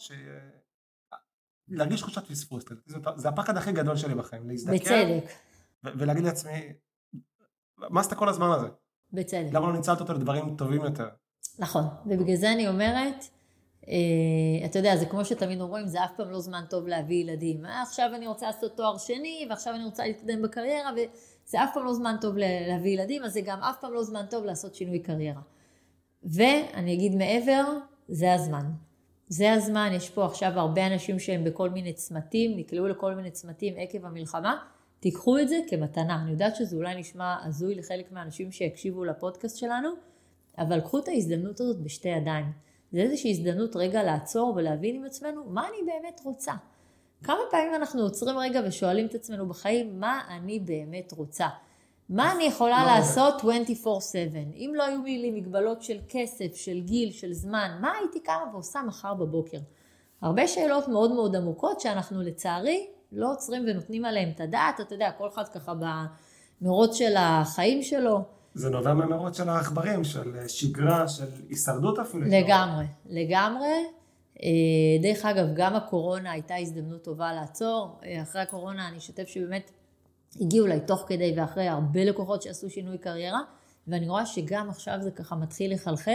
להרגיש תחושת פספוס? זה הפחד הכי גדול שלי בחיים, להזדקר. בצדק. ולהגיד לעצמי, מה עשית כל הזמן הזה? בצדק. למה לא ניצלת אותו לדברים טובים יותר? נכון, ובגלל זה אני אומרת, אתה יודע, זה כמו שתמיד אומרים, זה אף פעם לא זמן טוב להביא ילדים. עכשיו אני רוצה לעשות תואר שני, ועכשיו אני רוצה להתקדם בקריירה, וזה אף פעם לא זמן טוב להביא ילדים, אז זה גם אף פעם לא זמן טוב לעשות שינוי קריירה. ואני אגיד מעבר, זה הזמן. זה הזמן, יש פה עכשיו הרבה אנשים שהם בכל מיני צמתים, נקלעו לכל מיני צמתים עקב המלחמה, תיקחו את זה כמתנה. אני יודעת שזה אולי נשמע הזוי לחלק מהאנשים שיקשיבו לפודקאסט שלנו, אבל קחו את ההזדמנות הזאת בשתי ידיים. זה איזושהי הזדמנות רגע לעצור ולהבין עם עצמנו מה אני באמת רוצה. כמה פעמים אנחנו עוצרים רגע ושואלים את עצמנו בחיים מה אני באמת רוצה. מה אני יכולה לעשות 24/7? אם לא היו לי מגבלות של כסף, של גיל, של זמן, מה הייתי קמה ועושה מחר בבוקר? הרבה שאלות מאוד מאוד עמוקות שאנחנו לצערי לא עוצרים ונותנים עליהם את הדעת. אתה יודע, כל אחד ככה במרוץ של החיים שלו. זה נובע ממרוץ של העכברים, של שגרה, של הישרדות אפילו. לגמרי, לגמרי. דרך אגב, גם הקורונה הייתה הזדמנות טובה לעצור. אחרי הקורונה אני אשתף שבאמת הגיעו לי תוך כדי ואחרי הרבה לקוחות שעשו שינוי קריירה, ואני רואה שגם עכשיו זה ככה מתחיל לחלחל,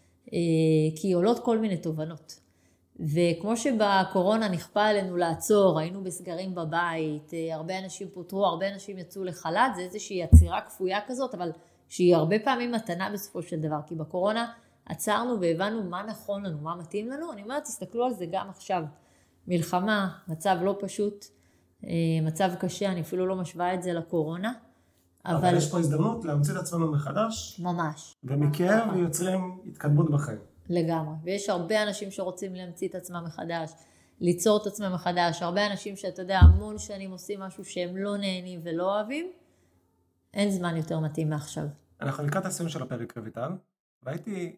כי עולות כל מיני תובנות. וכמו שבקורונה נכפה עלינו לעצור, היינו בסגרים בבית, הרבה אנשים פוטרו, הרבה אנשים יצאו לחל"ת, זה איזושהי עצירה כפויה כזאת, אבל שהיא הרבה פעמים מתנה בסופו של דבר, כי בקורונה עצרנו והבנו מה נכון לנו, מה מתאים לנו. אני אומרת, תסתכלו על זה גם עכשיו. מלחמה, מצב לא פשוט, מצב קשה, אני אפילו לא משווה את זה לקורונה, אבל יש פה הזדמנות להמציא את עצמנו מחדש. ממש. ומכאב יוצרים התקדמות בחיים. לגמרי. ויש הרבה אנשים שרוצים להמציא את עצמם מחדש, ליצור את עצמם מחדש. הרבה אנשים שאתה יודע, המון שנים עושים משהו שהם לא נהנים ולא אוהבים. אין זמן יותר מתאים מעכשיו. אנחנו לקראת הסיום של הפרק, רויטל, והייתי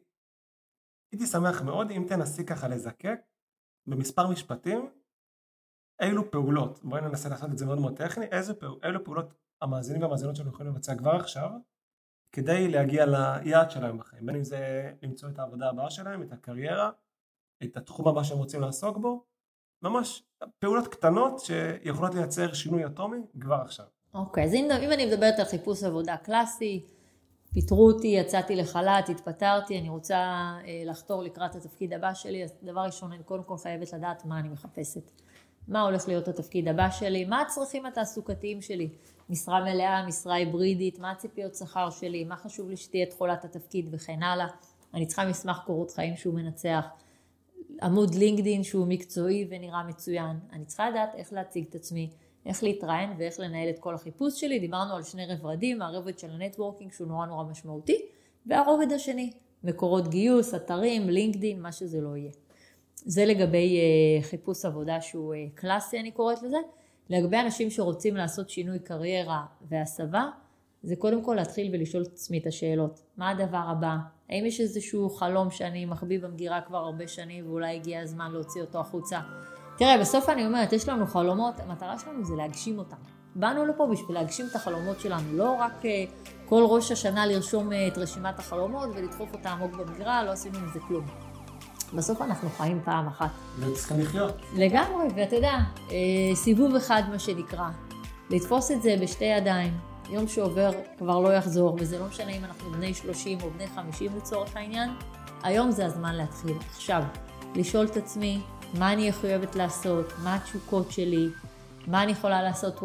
שמח מאוד אם תנסי ככה לזקק במספר משפטים אילו פעולות, בואי ננסה לעשות את זה מאוד מאוד טכני, אילו פעולות המאזינים והמאזינות שלנו יכולים לבצע כבר עכשיו, כדי להגיע ליעד שלהם בחיים, בין אם זה למצוא את העבודה הבאה שלהם, את הקריירה, את התחום הבא שהם רוצים לעסוק בו, ממש פעולות קטנות שיכולות לייצר שינוי אטומי כבר עכשיו. אוקיי, אז אם אני מדברת על חיפוש עבודה קלאסי, פיטרו אותי, יצאתי לחל"ת, התפטרתי, אני רוצה לחתור לקראת התפקיד הבא שלי, אז דבר ראשון, אני קודם כל חייבת לדעת מה אני מחפשת. מה הולך להיות התפקיד הבא שלי, מה הצרכים התעסוקתיים שלי, משרה מלאה, משרה היברידית, מה הציפיות שכר שלי, מה חשוב לי שתהיה תחולת התפקיד וכן הלאה. אני צריכה מסמך קורות חיים שהוא מנצח, עמוד לינקדין שהוא מקצועי ונראה מצוין. אני צריכה לדעת איך להציג את עצמי, איך להתראיין ואיך לנהל את כל החיפוש שלי. דיברנו על שני רבדים, הרובד של הנטוורקינג שהוא נורא נורא משמעותי, והרובד השני, מקורות גיוס, אתרים, לינקדין, מה שזה לא יהיה. זה לגבי חיפוש עבודה שהוא קלאסי, אני קוראת לזה. לגבי אנשים שרוצים לעשות שינוי קריירה והסבה, זה קודם כל להתחיל ולשאול את עצמי את השאלות. מה הדבר הבא? האם יש איזשהו חלום שאני מחביא במגירה כבר הרבה שנים, ואולי הגיע הזמן להוציא אותו החוצה? תראה, בסוף אני אומרת, יש לנו חלומות, המטרה שלנו זה להגשים אותם. באנו לפה בשביל להגשים את החלומות שלנו, לא רק כל ראש השנה לרשום את רשימת החלומות ולדחוף אותה עמוק במגירה, לא עשינו מזה כלום. בסוף אנחנו חיים פעם אחת. וצריכים לחיות. לגמרי, ואתה יודע, סיבוב אחד מה שנקרא, לתפוס את זה בשתי ידיים, יום שעובר כבר לא יחזור, וזה לא משנה אם אנחנו בני 30 או בני 50 לצורך העניין, היום זה הזמן להתחיל. עכשיו, לשאול את עצמי, מה אני חייבת לעשות, מה התשוקות שלי, מה אני יכולה לעשות 24/7,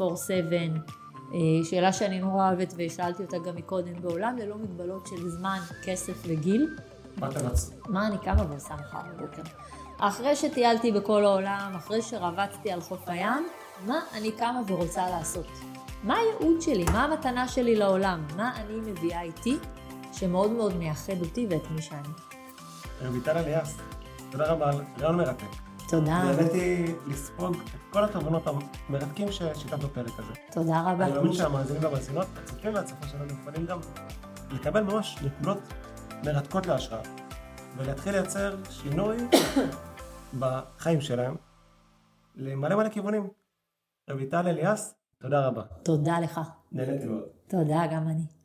שאלה שאני נורא אוהבת ושאלתי אותה גם מקודם, בעולם ללא מגבלות של זמן, כסף וגיל, מה אני קמה ועושה מחר בבוקר. אחרי שטיילתי בכל העולם, אחרי שרבצתי על חוף הים, מה אני קמה ורוצה לעשות? מה הייעוד שלי? מה המתנה שלי לעולם? מה אני מביאה איתי שמאוד מאוד מייחד אותי ואת מי שאני? רויטל אליאס, תודה רבה על רעיון מרתק. תודה. נהניתי לספוג את כל התובנות המרתקים ששיתפת בפרק הזה. תודה רבה. אני מאמין שהמאזינים והמאזינות, הצופים והצופות שלנו יכולים גם לקבל ממש נקודות מרתקות להשראה, ולהתחיל לייצר שינוי בחיים שלהם למלא כיוונים. רויטל אליאס, תודה רבה. תודה לך. נהניתי מאוד. תודה, גם אני.